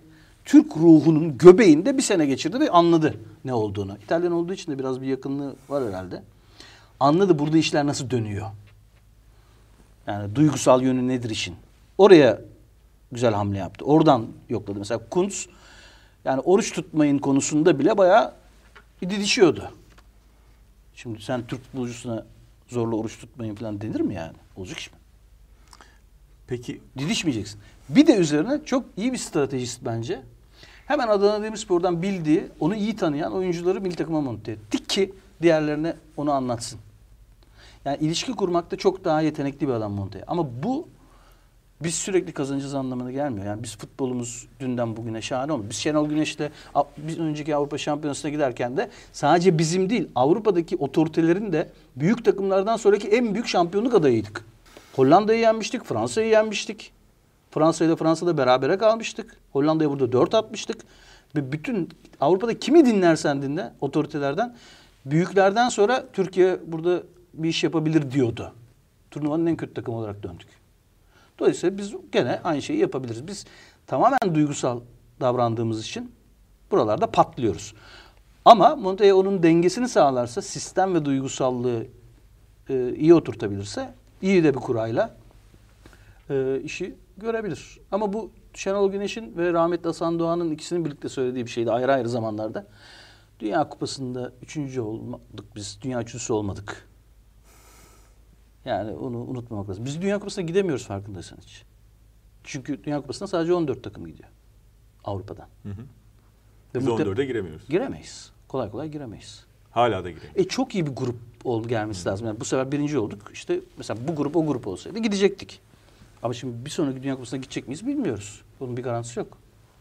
Türk ruhunun göbeğinde bir sene geçirdi ve anladı ne olduğunu. İtalyan olduğu için de biraz bir yakınlığı var herhalde. Anladı burada işler nasıl dönüyor. Yani duygusal yönü nedir işin. Oraya güzel hamle yaptı. Oradan yokladı. Mesela Kuntz yani oruç tutmayın konusunda bile bayağı didişiyordu. Şimdi sen Türk futbolcusuna zorla oruç tutmayın falan denir mi yani? Olacak iş mi? Peki. Didişmeyeceksin. Bir de üzerine çok iyi bir stratejist bence. Hemen Adana Demirspor'dan bildiği, onu iyi tanıyan oyuncuları milli takıma monte etti ki diğerlerine onu anlatsın. Yani ilişki kurmakta çok daha yetenekli bir adam monte. Ama bu biz sürekli kazanacağız anlamına gelmiyor. Yani biz futbolumuz dünden bugüne şahane olmuyor. Biz Şenol Güneş'le biz önceki Avrupa Şampiyonası'na giderken de sadece bizim değil Avrupa'daki otoritelerin de büyük takımlardan sonraki en büyük şampiyonluk adayıydık. Hollanda'yı yenmiştik, Fransa'yı yenmiştik. Fransa'da berabere kalmıştık. Hollanda'ya burada 4 atmıştık. Ve bütün Avrupa'da kimi dinlersen dinle otoritelerden büyüklerden sonra Türkiye burada bir iş yapabilir diyordu. Turnuvanın en kötü takımı olarak döndük. Dolayısıyla biz gene aynı şeyi yapabiliriz. Biz tamamen duygusal davrandığımız için buralarda patlıyoruz. Ama Montella onun dengesini sağlarsa, sistem ve duygusallığı iyi oturtabilirse, iyi de bir kurayla işi görebilir. Ama bu Şenol Güneş'in ve rahmetli Hasan Doğan'ın ikisinin birlikte söylediği bir şeydi ayrı ayrı zamanlarda. Dünya Kupası'nda 3. olmadık biz. Dünya üçüncüsü olmadık. Yani onu unutmamak lazım. Biz Dünya Kupası'na gidemiyoruz farkındaysan hiç. Çünkü Dünya Kupası'na sadece 14 takım gidiyor. Avrupa'dan. Hı hı. Biz 14'e giremiyoruz. Giremeyiz. Kolay kolay giremeyiz. Hala da giremeyiz. Çok iyi bir grup gelmesi lazım. Yani bu sefer birinci olduk. İşte mesela bu grup o grup olsaydı gidecektik. Ama şimdi bir sonraki Dünya Kupası'na gidecek miyiz bilmiyoruz. Bunun bir garantisi yok.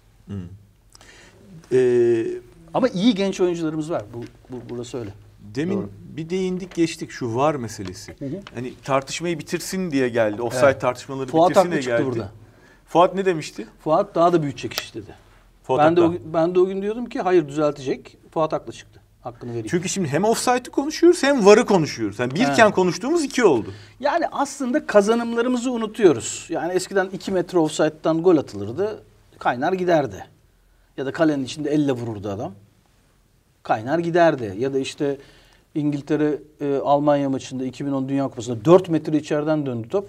Ama iyi genç oyuncularımız var. Burası öyle. Demin Doğru. bir değindik geçtik şu VAR meselesi. Hı hı. Hani tartışmayı bitirsin diye geldi. Offside tartışmaları Fuat bitirsin diye haklı çıktı geldi. burada. Fuat ne demişti? Fuat daha da büyütecek iş dedi. Fuat Ben de o gün diyordum ki hayır düzeltecek. Fuat haklı çıktı. Hakkını vereyim. Çünkü şimdi hem offside'ı konuşuyoruz hem VAR'ı konuşuyoruz. Yani birken konuştuğumuz 2 oldu. Yani aslında kazanımlarımızı unutuyoruz. Yani eskiden 2 metre offside'dan gol atılırdı. Kaynar giderdi. Ya da kalenin içinde elle vururdu adam. Kaynar giderdi. Ya da işte İngiltere Almanya maçında 2010 Dünya Kupası'nda 4 metre içeriden döndü top.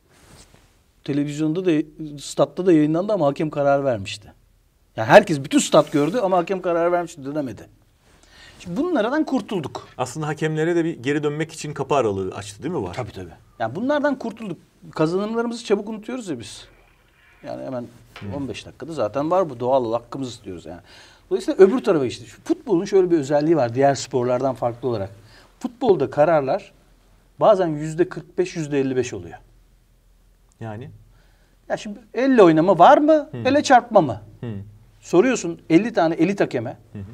Televizyonda da statta da yayınlandı ama hakem karar vermişti. Yani herkes bütün stat gördü ama hakem karar vermişti dönemedi. Şimdi bunlardan kurtulduk. Aslında hakemlere de bir geri dönmek için kapı aralığı açtı değil mi VAR? Tabii. Yani bunlardan kurtulduk. Kazanımlarımızı çabuk unutuyoruz ya biz. Yani hemen 15 dakikada zaten var bu doğal hakkımız istiyoruz yani. Dolayısıyla öbür tarafa işte. Futbolun şöyle bir özelliği var diğer sporlardan farklı olarak. Futbolda kararlar bazen %45, %55 oluyor. Yani? Ya şimdi elle oynama var mı? Ele çarpma mı? Soruyorsun 50 tane elit hakeme.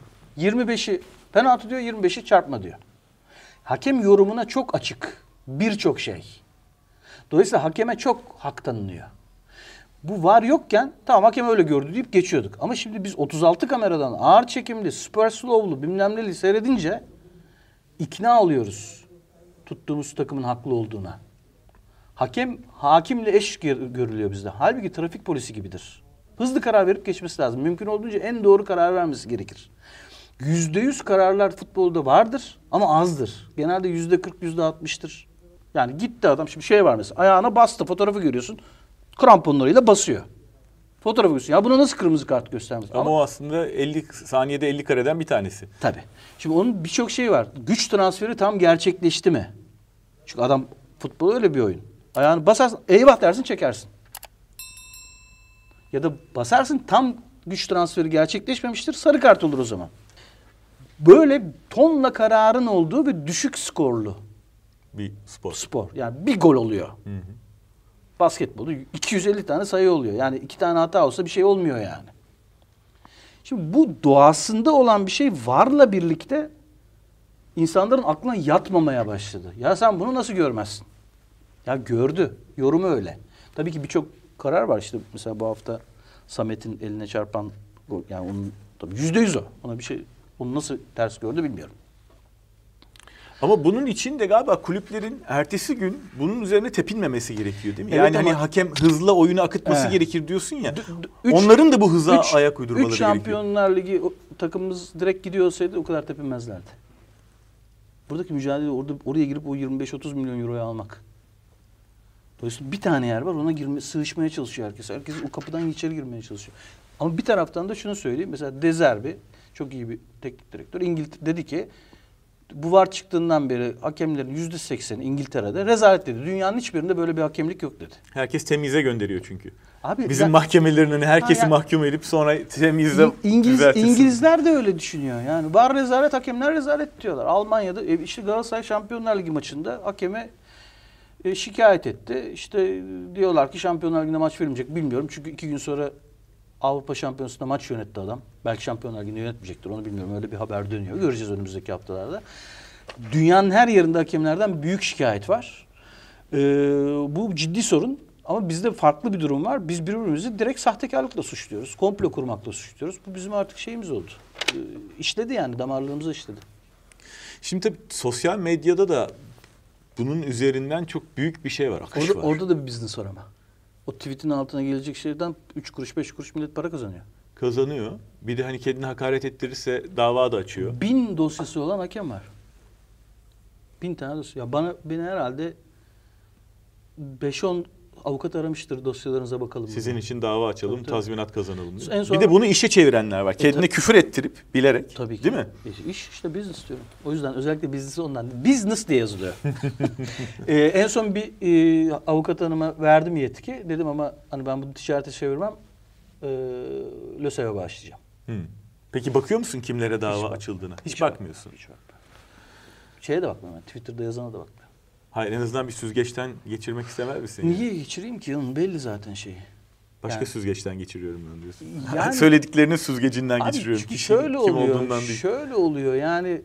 25'i penaltı diyor, 25'i çarpma diyor. Hakem yorumuna çok açık birçok şey. Dolayısıyla hakeme çok hak tanınıyor. Bu VAR yokken tamam hakem öyle gördü deyip geçiyorduk. Ama şimdi biz 36 kameradan ağır çekimli, super slow'lu bilmem neli seyredince ikna oluyoruz tuttuğumuz takımın haklı olduğuna. Hakem hakimle eş görülüyor bizde. Halbuki trafik polisi gibidir. Hızlı karar verip geçmesi lazım. Mümkün olduğunca en doğru karar vermesi gerekir. %100 kararlar futbolda vardır ama azdır. Genelde %40, %60'tır. Yani gitti adam şimdi şey var mesela ayağına bastı fotoğrafı görüyorsun. Kramponlarıyla basıyor. Fotoğrafı görüyorsun. Ya buna nasıl kırmızı kart göstermez? Ama o aslında 50 saniyede 50 kareden bir tanesi. Tabii. Şimdi onun birçok şeyi var. Güç transferi tam gerçekleşti mi? Çünkü adam futbol öyle bir oyun. Ayağını basarsın eyvah dersin çekersin. Ya da basarsın tam güç transferi gerçekleşmemiştir. Sarı kart olur o zaman. Böyle tonla kararın olduğu ve düşük skorlu Bir spor. Yani bir gol oluyor. Basketbolda 250 tane sayı oluyor. Yani 2 tane hata olsa bir şey olmuyor yani. Şimdi bu doğasında olan bir şey VAR'la birlikte insanların aklına yatmamaya başladı. Ya sen bunu nasıl görmezsin? Ya gördü. Yorumu öyle. Tabii ki birçok karar var. İşte mesela bu hafta Samet'in eline çarpan yani onun tabii %100 o. Ona bir şey onu nasıl ters gördü bilmiyorum. Ama bunun için de galiba kulüplerin ertesi gün bunun üzerine tepinmemesi gerekiyor değil mi? Evet, yani ama hani hakem hızla oyunu akıtması evet. gerekir diyorsun ya. Onların da bu hıza ayak uydurmaları 3 gerekiyor. Şampiyonlar Ligi takımımız direkt gidiyor olsaydı o kadar tepinmezlerdi. Buradaki mücadele oraya girip o 25-30 milyon euroyu almak. Dolayısıyla bir tane yer var, ona sığışmaya çalışıyor herkes. Herkes o kapıdan içeri girmeye çalışıyor. Ama bir taraftan da şunu söyleyeyim. Mesela De Zerbi, çok iyi bir teknik direktör. İngiltere dedi ki bu VAR çıktığından beri hakemlerin %80'i İngiltere'de rezalet dedi. Dünyanın hiçbirinde böyle bir hakemlik yok dedi. Herkes temize gönderiyor çünkü. Abi bizim mahkemelerin önüne herkesi mahkum edip sonra temizle düzeltirsin. İngilizler de öyle düşünüyor. Yani VAR rezalet, hakemler rezalet diyorlar. Almanya'da işte Galatasaray Şampiyonlar Ligi maçında hakeme şikayet etti. İşte diyorlar ki Şampiyonlar Ligi'nde maç verilmeyecek, bilmiyorum. Çünkü 2 gün sonra Avrupa Şampiyonası'nda maç yönetti adam. Belki Şampiyonlar Ligi'nde yönetmeyecektir, onu bilmiyorum. Öyle bir haber dönüyor. Göreceğiz önümüzdeki haftalarda. Dünyanın her yerinde hakemlerden büyük şikayet var. Bu ciddi sorun. Ama bizde farklı bir durum var. Biz birbirimizi direkt sahtekarlıkla suçluyoruz. Komplo kurmakla suçluyoruz. Bu bizim artık şeyimiz oldu. İşledi yani, damarlarımıza işledi. Şimdi tabii sosyal medyada da bunun üzerinden çok büyük bir şey var, akış var. Orada da bir business var ama. O tweetin altına gelecek şeyden 3 kuruş 5 kuruş millet para kazanıyor. Kazanıyor. Bir de hani kendini hakaret ettirirse dava da açıyor. 1000 dosyası olan hakem var. 1000 tane dosya. Ya beni herhalde 5-10 avukat aramıştır, dosyalarınıza bakalım. Sizin diye. İçin dava açalım, tabii. Tazminat kazanalım diye. Sonra, bir de bunu işe çevirenler var. Kendine küfür ettirip bilerek. Tabii ki. Değil mi? İş işte business diyorum. O yüzden özellikle business'ı ondan. Business diye yazılıyor. En son bir avukat hanıma verdim yetki. Dedim ama hani ben bunu ticarete çevirmem. LÖSEV'e başlayacağım. Peki bakıyor musun kimlere dava açıldığına? Hiç bakmıyorsun. Hiç bakmıyorum. Şeye de bakmıyorum. Twitter'da yazana da bakmıyorum. Hayır, en azından bir süzgeçten geçirmek istemez misin? Niye geçireyim ki? Belli zaten şeyi. Başka yani, süzgeçten geçiriyorum ben diyorsun. Yani, söylediklerinin süzgecinden abi geçiriyorum. Çünkü şöyle kim oluyor. olduğundan değil. Şöyle oluyor yani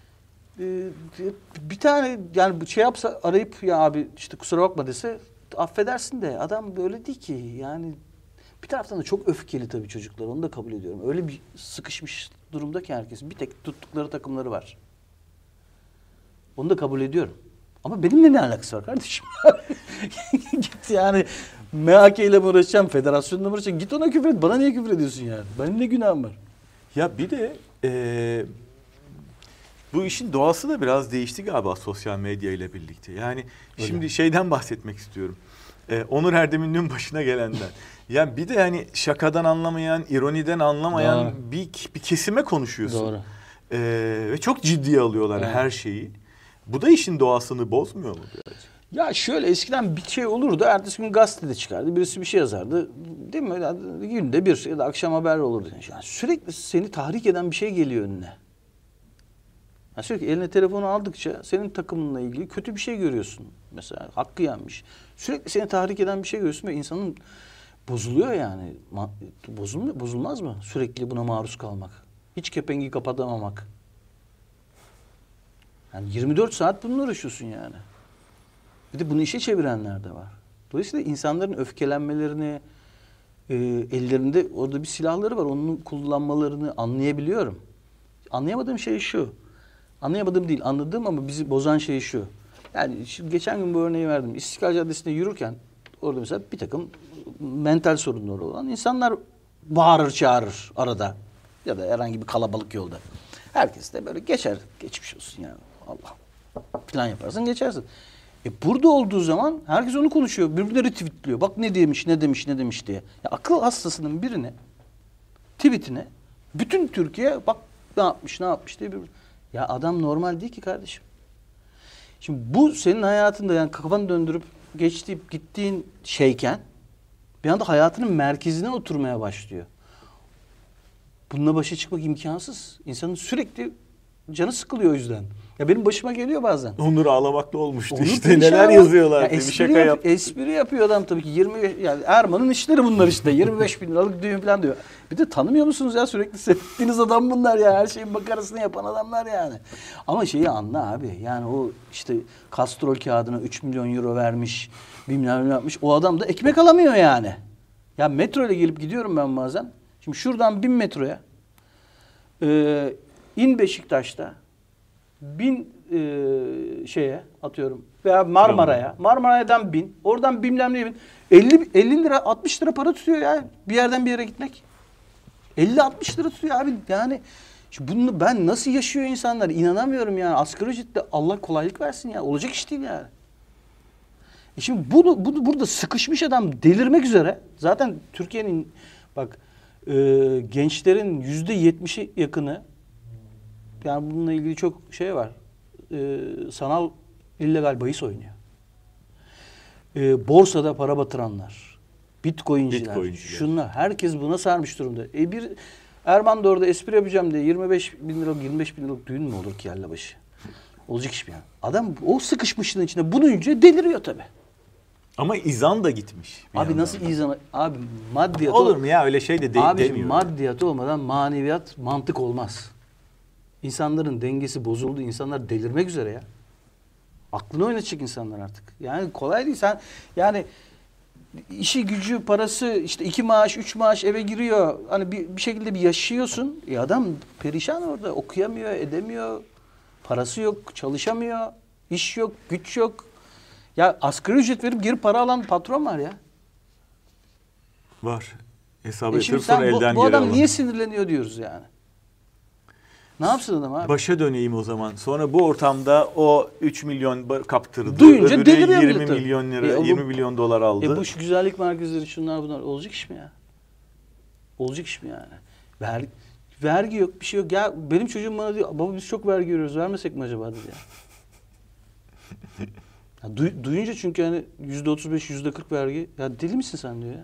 bir tane yani şey yapsa, arayıp ya abi işte kusura bakma dese affedersin de adam böyle değil ki yani. Bir taraftan da çok öfkeli tabii çocuklar, onu da kabul ediyorum. Öyle bir sıkışmış durumda ki herkes. Bir tek tuttukları takımları var. Onu da kabul ediyorum. Ama benimle ne alakası var kardeşim? Git yani MHK ile mi uğraşacağım, federasyonla mı uğraşacağım? Git ona küfür et. Bana niye küfür ediyorsun yani? Benim ne günahım var? Ya bir de bu işin doğası da biraz değişti galiba sosyal medya ile birlikte. Yani öyle. Şimdi şeyden bahsetmek istiyorum. Onur Erdem'in başına gelenden. Yani bir de hani şakadan anlamayan, ironiden anlamayan bir kesime konuşuyorsun. Doğru. Ve çok ciddiye alıyorlar her şeyi. Bu da işin doğasını bozmuyor mu birazcık? Ya şöyle, eskiden bir şey olurdu, ertesi gün gazetede çıkardı, birisi bir şey yazardı, değil mi? Yani günde bir ya da akşam haber olurdu. Yani sürekli seni tahrik eden bir şey geliyor önüne. Yani sürekli eline telefonu aldıkça senin takımınla ilgili kötü bir şey görüyorsun. Mesela hakkı yenmiş. Sürekli seni tahrik eden bir şey görüyorsun ve insanın bozuluyor yani. Bozulmaz mı sürekli buna maruz kalmak? Hiç kepengi kapatamamak. Yani 24 saat bununla uğraşıyorsun yani. Bir de bunu işe çevirenler de var. Dolayısıyla insanların öfkelenmelerini, ellerinde orada bir silahları var. Onu kullanmalarını anlayabiliyorum. Anlayamadığım şey şu. Anlayamadığım değil, anladığım ama bizi bozan şey şu. Yani geçen gün bu örneği verdim. İstiklal Caddesi'nde yürürken orada mesela bir takım mental sorunları olan insanlar bağırır çağırır arada. Ya da herhangi bir kalabalık yolda. Herkes de böyle geçer. Geçmiş olsun yani. Allah. Plan yaparsın geçersin. Burada olduğu zaman herkes onu konuşuyor. Birbirleri tweetliyor. Bak ne demiş, ne demiş, ne demiş diye. Ya akıl hastasının birine tweetine bütün Türkiye bak ne yapmış, ne yapmış diye ya adam normal değil ki kardeşim. Şimdi bu senin hayatında yani kafanı döndürüp geçtiğip gittiğin şeyken bir anda hayatının merkezine oturmaya başlıyor. Bununla başa çıkmak imkansız. İnsanın sürekli canı sıkılıyor o yüzden. Ya benim başıma geliyor bazen. Onur ağlamaklı olmuştu işte. Neler yazıyorlar ya diye bir şaka yap. Espri yapıyor adam tabii ki. Yani Erman'ın işleri bunlar işte. 25 bin liralık düğün falan diyor. Bir de tanımıyor musunuz ya, sürekli seyrettiğiniz adam bunlar ya. Her şeyin makarasını yapan adamlar yani. Ama şeyi anla abi. Yani o işte kastrol kağıdına 3 milyon euro vermiş. Bilmem ne yapmış. O adam da ekmek alamıyor yani. Ya metro ile gelip gidiyorum ben bazen. Şimdi şuradan 1000 metroya in Beşiktaş'ta bin şeye atıyorum veya Marmara'ya. Marmara'dan bin. Oradan bilmem neye bin. 50 lira 60 lira para tutuyor ya bir yerden bir yere gitmek. 50-60 lira tutuyor abi. Yani bunu ben nasıl yaşıyor insanlar inanamıyorum yani. Asgari ücretle Allah kolaylık versin ya. Olacak iş değil yani. Şimdi bunu burada sıkışmış adam delirmek üzere. Zaten Türkiye'nin bak gençlerin %70'i yakını yani bununla ilgili çok şey var. Sanal illegal bahis oynuyor. Borsada para batıranlar, Bitcoin'ciler, şunlar. Herkes buna sarmış durumda. Bir Erman da orada espri yapacağım diye 25 bin liralık düğün mü olur ki yalla başı? Olacak iş mi yani? Adam o sıkışmışlığın içinde bunu duyunca deliriyor tabii. Ama izan da gitmiş. Abi nasıl izan? Abi maddiyat olur mu ya öyle şey de demiyor. Abi maddiyat olmadan maneviyat mantık olmaz. İnsanların dengesi bozuldu. İnsanlar delirmek üzere ya. Aklını oynatacak insanlar artık. Yani kolay değil. Sen yani işi gücü parası işte 2 maaş 3 maaş eve giriyor. Hani bir şekilde bir yaşıyorsun. Adam perişan orada. Okuyamıyor, edemiyor. Parası yok, çalışamıyor. İş yok, güç yok. Ya asgari ücret verip geri para alan patron var ya. Var. Hesabı yatırıp sonra elden geri bu adam alan. niye sinirleniyor diyoruz yani. Ne yapsın adam abi? Başa döneyim o zaman. Sonra bu ortamda o 3 milyon kaptırdı. Duyunca öbürü deliriyor 20 millet milyon lira, tabii. 20 milyon dolar aldı. Bu şu güzellik merkezleri şunlar bunlar olacak iş mi ya? Olacak iş mi yani? Vergi yok, bir şey yok. Ya benim çocuğum bana diyor, baba biz çok vergi veriyoruz, vermesek mi acaba dedi ya. Ya duyunca çünkü hani %35, %40 vergi. Ya deli misin sen diyor ya.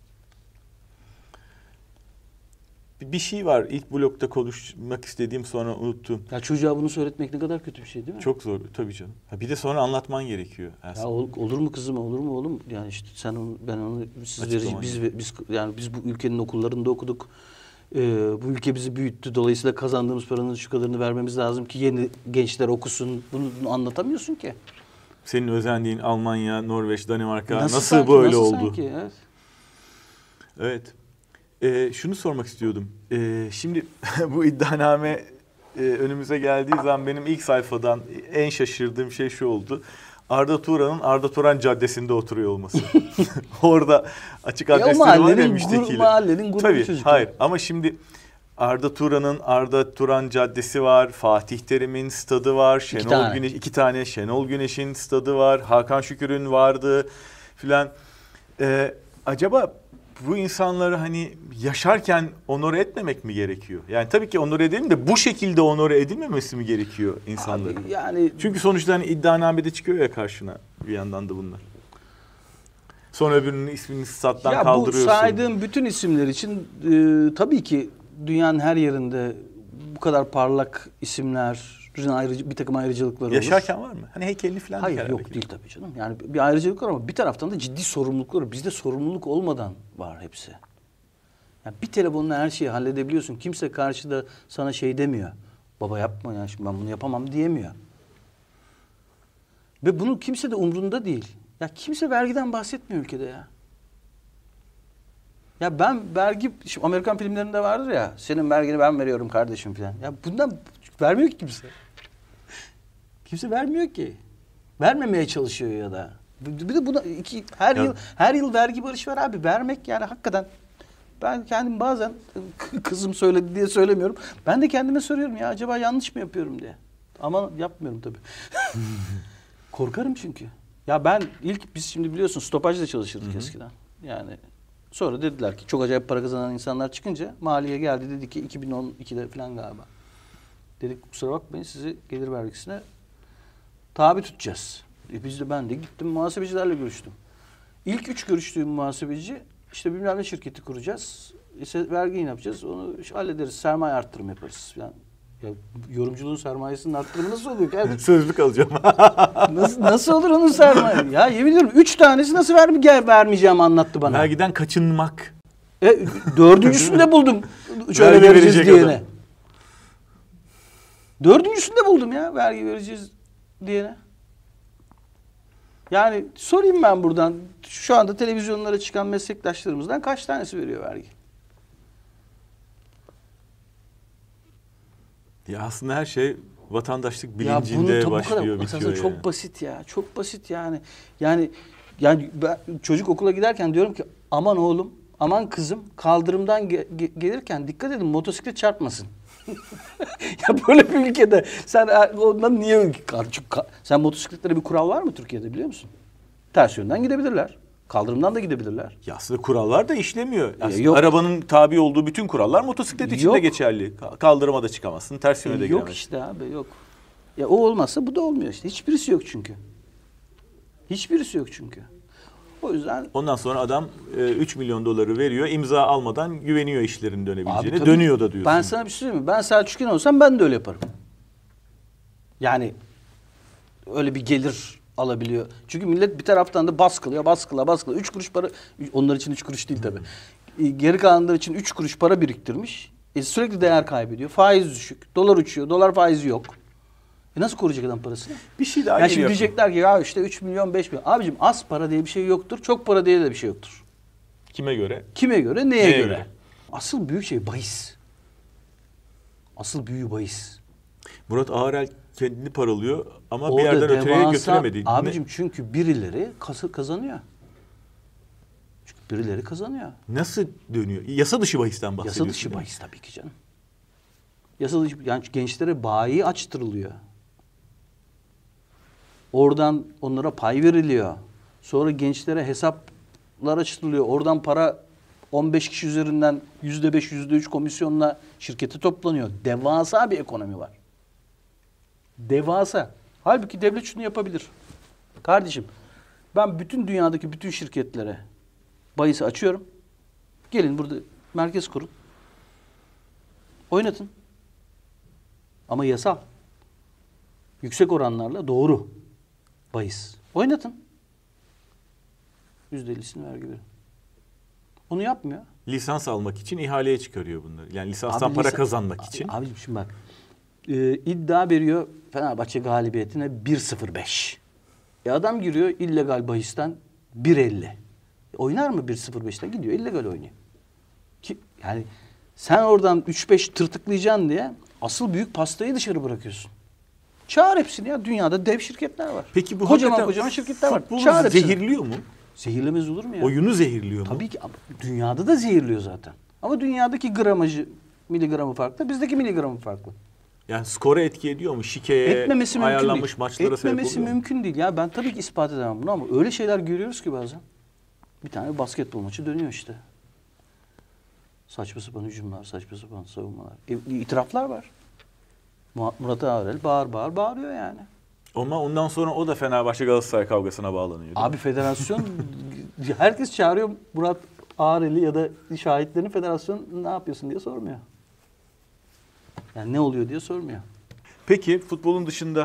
Bir şey var ilk blokta konuşmak istediğim sonra unuttum. Ya çocuğa bunu söyletmek ne kadar kötü bir şey değil mi? Çok zor tabii canım. Bir de sonra anlatman gerekiyor. Ya olur mu kızım olur mu oğlum? Yani işte sen onu ben onu biz bu ülkenin okullarında okuduk. Bu ülke bizi büyüttü. Dolayısıyla kazandığımız paranın şu kadarını vermemiz lazım ki yeni gençler okusun. Bunu anlatamıyorsun ki. Senin özendiğin Almanya, Norveç, Danimarka nasıl sanki, böyle nasıl oldu? Sanki, evet. Evet. Şunu sormak istiyordum. Şimdi bu iddianame önümüze geldiği zaman benim ilk sayfadan en şaşırdığım şey şu oldu. Arda Turan'ın Arda Turan Caddesi'nde oturuyor olması. Orada açık adresleri var ya müştekiyle. Mahallenin gurur Tabii, çocukları. hayır ama şimdi Arda Turan'ın Arda Turan Caddesi var. Fatih Terim'in stadı var. İki tane Şenol Güneş'in stadı var. Hakan Şükür'ün vardı filan. Acaba bu insanları hani yaşarken onore etmemek mi gerekiyor? Yani tabii ki onore edelim de bu şekilde onore edilmemesi mi gerekiyor insanların? Abi yani çünkü sonuçta hani iddianamede çıkıyor ya karşına bir yandan da bunlar. Sonra öbürünün ismini stat'tan kaldırıyorsun. Bu saydığım bütün isimler için tabii ki dünyanın her yerinde bu kadar parlak isimler bir takım ayrıcalıklar olur. Yaşarken var mı? Hani heykelini falan. Hayır yok değil tabii canım. Yani bir ayrıcalık var ama bir taraftan da ciddi sorumluluklar var. Bizde sorumluluk olmadan var hepsi. Yani bir telefonla her şeyi halledebiliyorsun. Kimse karşıda sana şey demiyor. Baba yapma ya şimdi ben bunu yapamam diyemiyor. Ve bunu kimse de umrunda değil. Ya kimse vergiden bahsetmiyor ülkede ya. Ya ben vergi, şimdi Amerikan filmlerinde vardır ya, senin vergini ben veriyorum kardeşim falan. Ya bundan vermiyor ki kimse. Kimse vermiyor ki. Vermemeye çalışıyor ya da. Bir de buna her yıl vergi barışı var abi. Vermek yani hakikaten. Ben kendim bazen kızım söyledi diye söylemiyorum. Ben de kendime soruyorum ya acaba yanlış mı yapıyorum diye. Ama yapmıyorum tabii. Korkarım çünkü. Ya ben biz şimdi biliyorsun stopajla çalışırdık eskiden. Yani sonra dediler ki çok acayip para kazanan insanlar çıkınca maliye geldi dedi ki 2012'de falan galiba. Dedik kusura bakmayın sizi gelir vergisine tabi tutacağız. Ben de gittim muhasebecilerle görüştüm. İlk 3 görüştüğüm muhasebeci işte bilmem ne şirketi kuracağız. İşte vergiyi yapacağız. Onu hallederiz. Sermaye arttırım yaparız falan. Ya yorumculuğun sermayesinin arttırımı nasıl oluyor ki? Sözlük alacağım. nasıl olur onun sermaye? Ya yemin ediyorum 3 tanesi nasıl vermeyeceğim anlattı bana. Vergiden kaçınmak. Dördüncüsünü de buldum. Şöyle vereceğiz diyene. Dördüncüsünü de buldum ya vergi vereceğiz diyene. Yani sorayım ben buradan şu anda televizyonlara çıkan meslektaşlarımızdan kaç tanesi veriyor vergi? Ya aslında her şey vatandaşlık bilincinde başlıyor, bitiyor çok yani. basit ya. Çok basit yani. Yani ben çocuk okula giderken diyorum ki aman oğlum, aman kızım kaldırımdan gelirken dikkat edin motosiklet çarpmasın. Ya böyle bir ülkede sen ondan niye sen motosikletlere bir kural var mı Türkiye'de biliyor musun? Ters yönden gidebilirler. Kaldırımdan da gidebilirler. Ya aslında kurallar da işlemiyor. Yok. Arabanın tabi olduğu bütün kurallar motosiklet için de geçerli. Kaldırıma da çıkamazsın, ters yöne de giremezsin. Yok işte abi, yok. Ya o olmazsa bu da olmuyor işte. Hiçbirisi yok çünkü. Hiçbirisi yok çünkü. O yüzden... Ondan sonra adam 3 milyon doları veriyor, imza almadan güveniyor işlerin dönebileceğine. Abi, dönüyor da diyorsun. Ben sana bir şey söyleyeyim mi? Ben Selçuk'un olsam ben de öyle yaparım. Yani öyle bir gelir alabiliyor. Çünkü millet bir taraftan da baskıla. 3 kuruş para, onlar için 3 kuruş değil tabii. Geri kalanlar için 3 kuruş para biriktirmiş. Sürekli değer kaybediyor. Faiz düşük. Dolar uçuyor. Dolar faizi yok. Nasıl koruyacak adam parasını? Bir şey daha yani geliyor. Şimdi diyecekler ki ya işte 3 milyon 5 milyon. Abicim az para diye bir şey yoktur. Çok para diye de bir şey yoktur. Kime göre? Kime göre, neye göre? Asıl büyük şey bahis. Asıl büyüğü bahis. Murat Ağrel kendini paralıyor ama Orada bir yerden öteye götüremedi. Abicim çünkü birileri kazanıyor. Çünkü birileri kazanıyor. Nasıl dönüyor? Yasa dışı bahisten bahsediyorsun. Yasa dışı bahis tabii ki canım. Yasa dışı, yani gençlere bayi açtırılıyor. Oradan onlara pay veriliyor. Sonra gençlere hesaplar açtırılıyor. Oradan para 15 kişi üzerinden %5, %3 komisyonla şirkete toplanıyor. Devasa bir ekonomi var. Devasa. Halbuki devlet şunu yapabilir. Kardeşim, ben bütün dünyadaki bütün şirketlere bahisi açıyorum. Gelin burada merkez kurun. Oynatın. Ama yasal. Yüksek oranlarla doğru bahis. Oynatın. %50'sini vergi verin. Onu yapmıyor. Lisans almak için ihaleye çıkarıyor bunları. Yani lisanstan para kazanmak için. Abicim şimdi bak. İddia veriyor Fenerbahçe galibiyetine 1.05. Adam giriyor illegal bahisten 1.50. Oynar mı 1.05'ten? Gidiyor illegal oynuyor. Yani sen oradan 3-5 tırtıklayacaksın diye asıl büyük pastayı dışarı bırakıyorsun. Çağır hepsini ya. Dünyada dev şirketler var. Peki bu kocaman şirketler var. Çağır hepsini. Zehirliyor mu? Zehirlemez olur mu ya? Oyunu zehirliyor mu? Tabii ki. Dünyada da zehirliyor zaten. Ama dünyadaki gramajı, miligramı farklı. Bizdeki miligramı farklı. Yani skora etki ediyor mu? Şikeye ayarlanmış maçlara sebep oluyor mu? Etmemesi mümkün değil. Ya ben tabii ki ispat edemem bunu ama öyle şeyler görüyoruz ki bazen. Bir tane basketbol maçı dönüyor işte. Saçma sapan hücumlar, saçma sapan savunmalar. İtiraflar var. Murat Ağrel bağırıyor yani. Ama ondan sonra o da Fenerbahçe Galatasaray kavgasına bağlanıyor. Abi federasyon herkes çağırıyor Murat Ağrel'i ya da şahitlerini, federasyon ne yapıyorsun diye sormuyor. Yani ne oluyor diye sormuyor. Peki futbolun dışında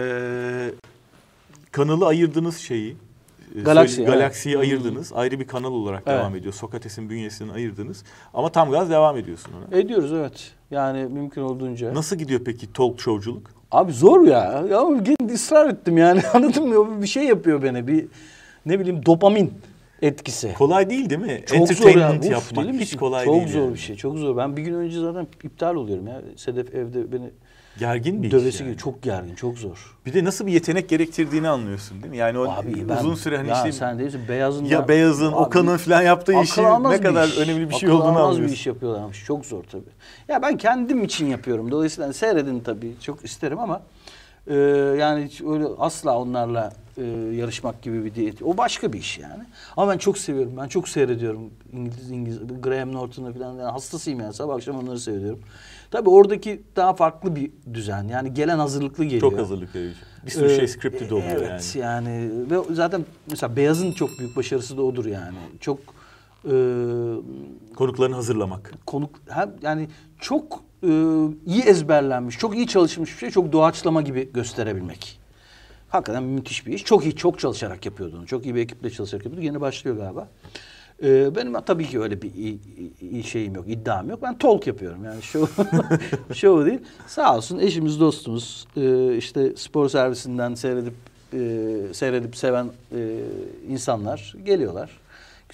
kanalı ayırdığınız şeyi, Galaksi'yi ayırdınız. Ayrı bir kanal olarak devam ediyor. Sokrates'in bünyesinden ayırdınız. Ama tam gaz devam ediyorsun ona. Ediyoruz evet. Yani mümkün olduğunca. Nasıl gidiyor peki talk show'culuk? Abi zor ya. Ya ısrar ettim yani. Anladın mı? Bir şey yapıyor beni. Bir ne bileyim dopamin etkisi. Kolay değil mi? Çok Entertainment zor ya. yapmak hiç kolay çok değil. Çok zor yani. bir şey. Çok zor. Ben bir gün önce zaten iptal oluyorum ya. Sedef evde beni gergin bir dövesi iş yani. gibi. Çok gergin, çok zor. Bir de nasıl bir yetenek gerektirdiğini anlıyorsun değil mi? Yani o abi uzun süre hani ya işte sen değilsin Beyaz'ın ya Beyaz'ın, Okan'ın falan yaptığı işi ne kadar önemli bir şey olduğunu anlıyorsun. bir iş yapıyorlarmış. Çok zor tabii. Ya ben kendim için yapıyorum. Dolayısıyla seyredin tabii. Çok isterim ama yani öyle asla onlarla yarışmak gibi bir değil. O başka bir iş yani. Ama ben çok seviyorum. Ben çok seyrediyorum. İngiliz Graham Norton'u falan. Yani hastasıyım yani. Sabah akşam onları seyrediyorum. Tabii oradaki daha farklı bir düzen. Yani gelen hazırlıklı geliyor. Çok hazırlıklı geliyor. Bir sürü şey scripted oluyor yani. Evet yani. Ve zaten mesela Beyaz'ın çok büyük başarısı da odur yani. Çok konuklarını hazırlamak. Yani çok iyi ezberlenmiş, çok iyi çalışılmış bir şey, çok doğaçlama gibi gösterebilmek. Hakikaten müthiş bir iş. Çok iyi, çok çalışarak yapıyordu onu. Çok iyi bir ekiple çalışarak yapıyordu. Yeni başlıyor galiba. Benim tabii ki öyle bir şeyim yok, iddiam yok. Ben talk yapıyorum yani show değil. Sağ olsun eşimiz, dostumuz, işte spor servisinden seyredip seven insanlar geliyorlar.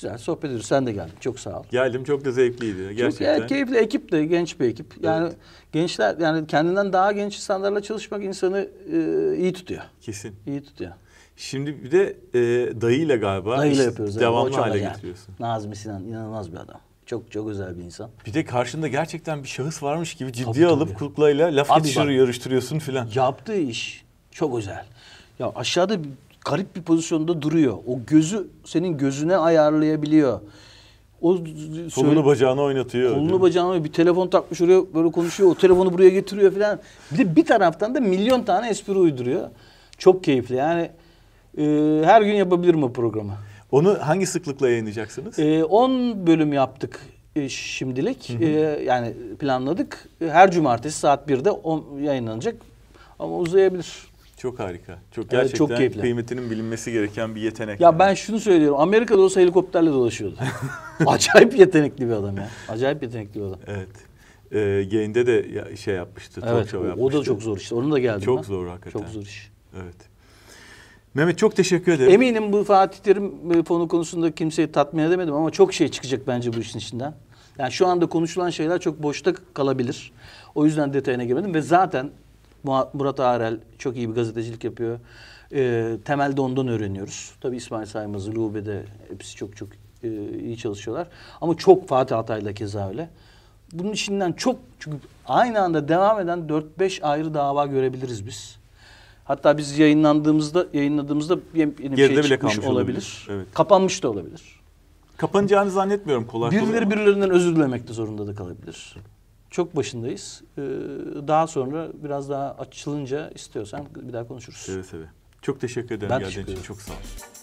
Güzel sohbet ediyoruz. Sen de geldin. Çok sağ ol. Geldim, çok da zevkliydi gerçekten. Çok keyifli ekip de, genç bir ekip. Yani Evet. gençler, yani kendinden daha genç insanlarla çalışmak insanı iyi tutuyor. Kesin. İyi tutuyor. Şimdi bir de dayıyla galiba Dayıyla yapıyoruz. Evet. O devamlı çok hale acayip. getiriyorsun. Nazmi Sinan inanılmaz bir adam. Çok çok özel bir insan. Bir de karşında gerçekten bir şahıs varmış gibi ciddiye Tabii, alıp tabii. kuklayla laf Abi yarıştırıyorsun filan. Yaptığı iş çok özel. Ya aşağıda garip bir pozisyonda duruyor. O gözü senin gözüne ayarlayabiliyor. O Kolunu bacağını oynatıyor. Kolunu bacağına bir telefon takmış oraya böyle konuşuyor. O telefonu buraya getiriyor falan. Bir de bir taraftan da milyon tane espri uyduruyor. Çok keyifli. Yani her gün yapabilirim o programı. Onu hangi sıklıkla yayınlayacaksınız? 10 bölüm yaptık şimdilik. Yani planladık. Her cumartesi saat 1'de yayınlanacak. Ama uzayabilir. Çok harika. Çok Evet, gerçekten çok keyifli. kıymetinin bilinmesi gereken bir yetenek. Ya ben şunu söylüyorum. Amerika'da olsa helikopterle dolaşıyordu. Acayip yetenekli bir adam ya. Acayip yetenekli bir adam. Evet. Gain'de de şey yapmıştı. Evet. Talk show yapmıştı. O da çok zor iş. Onun da geldi. Çok zor hakikaten. Çok zor iş. Evet. Mehmet çok teşekkür ederim. Eminim bu Fatih Terim fonu konusunda kimseyi tatmin edemedim ama çok şey çıkacak bence bu işin içinden. Yani şu anda konuşulan şeyler çok boşta kalabilir. O yüzden detayına girmedim ve zaten Murat Ağrel çok iyi bir gazetecilik yapıyor. Temelde ondan öğreniyoruz. Tabii İsmail Saymaz, Lube'de hepsi çok iyi çalışıyorlar. Ama çok Fatih Altaylı'da keza öyle. Bunun içinden çok, çünkü aynı anda devam eden 4-5 ayrı dava görebiliriz biz. Hatta biz yayınladığımızda yeni bir şey Geride bile çıkmış kalmış olabilir. Evet. Kapanmış da olabilir. Kapanacağını zannetmiyorum kolay kolay. Birileri birilerinden özür dilemekte zorunda da kalabilir. Çok başındayız. Daha sonra biraz daha açılınca istiyorsan bir daha konuşuruz. Seve seve. Çok teşekkür ederim Ben geldiğin teşekkür için. ederim. Çok sağ ol.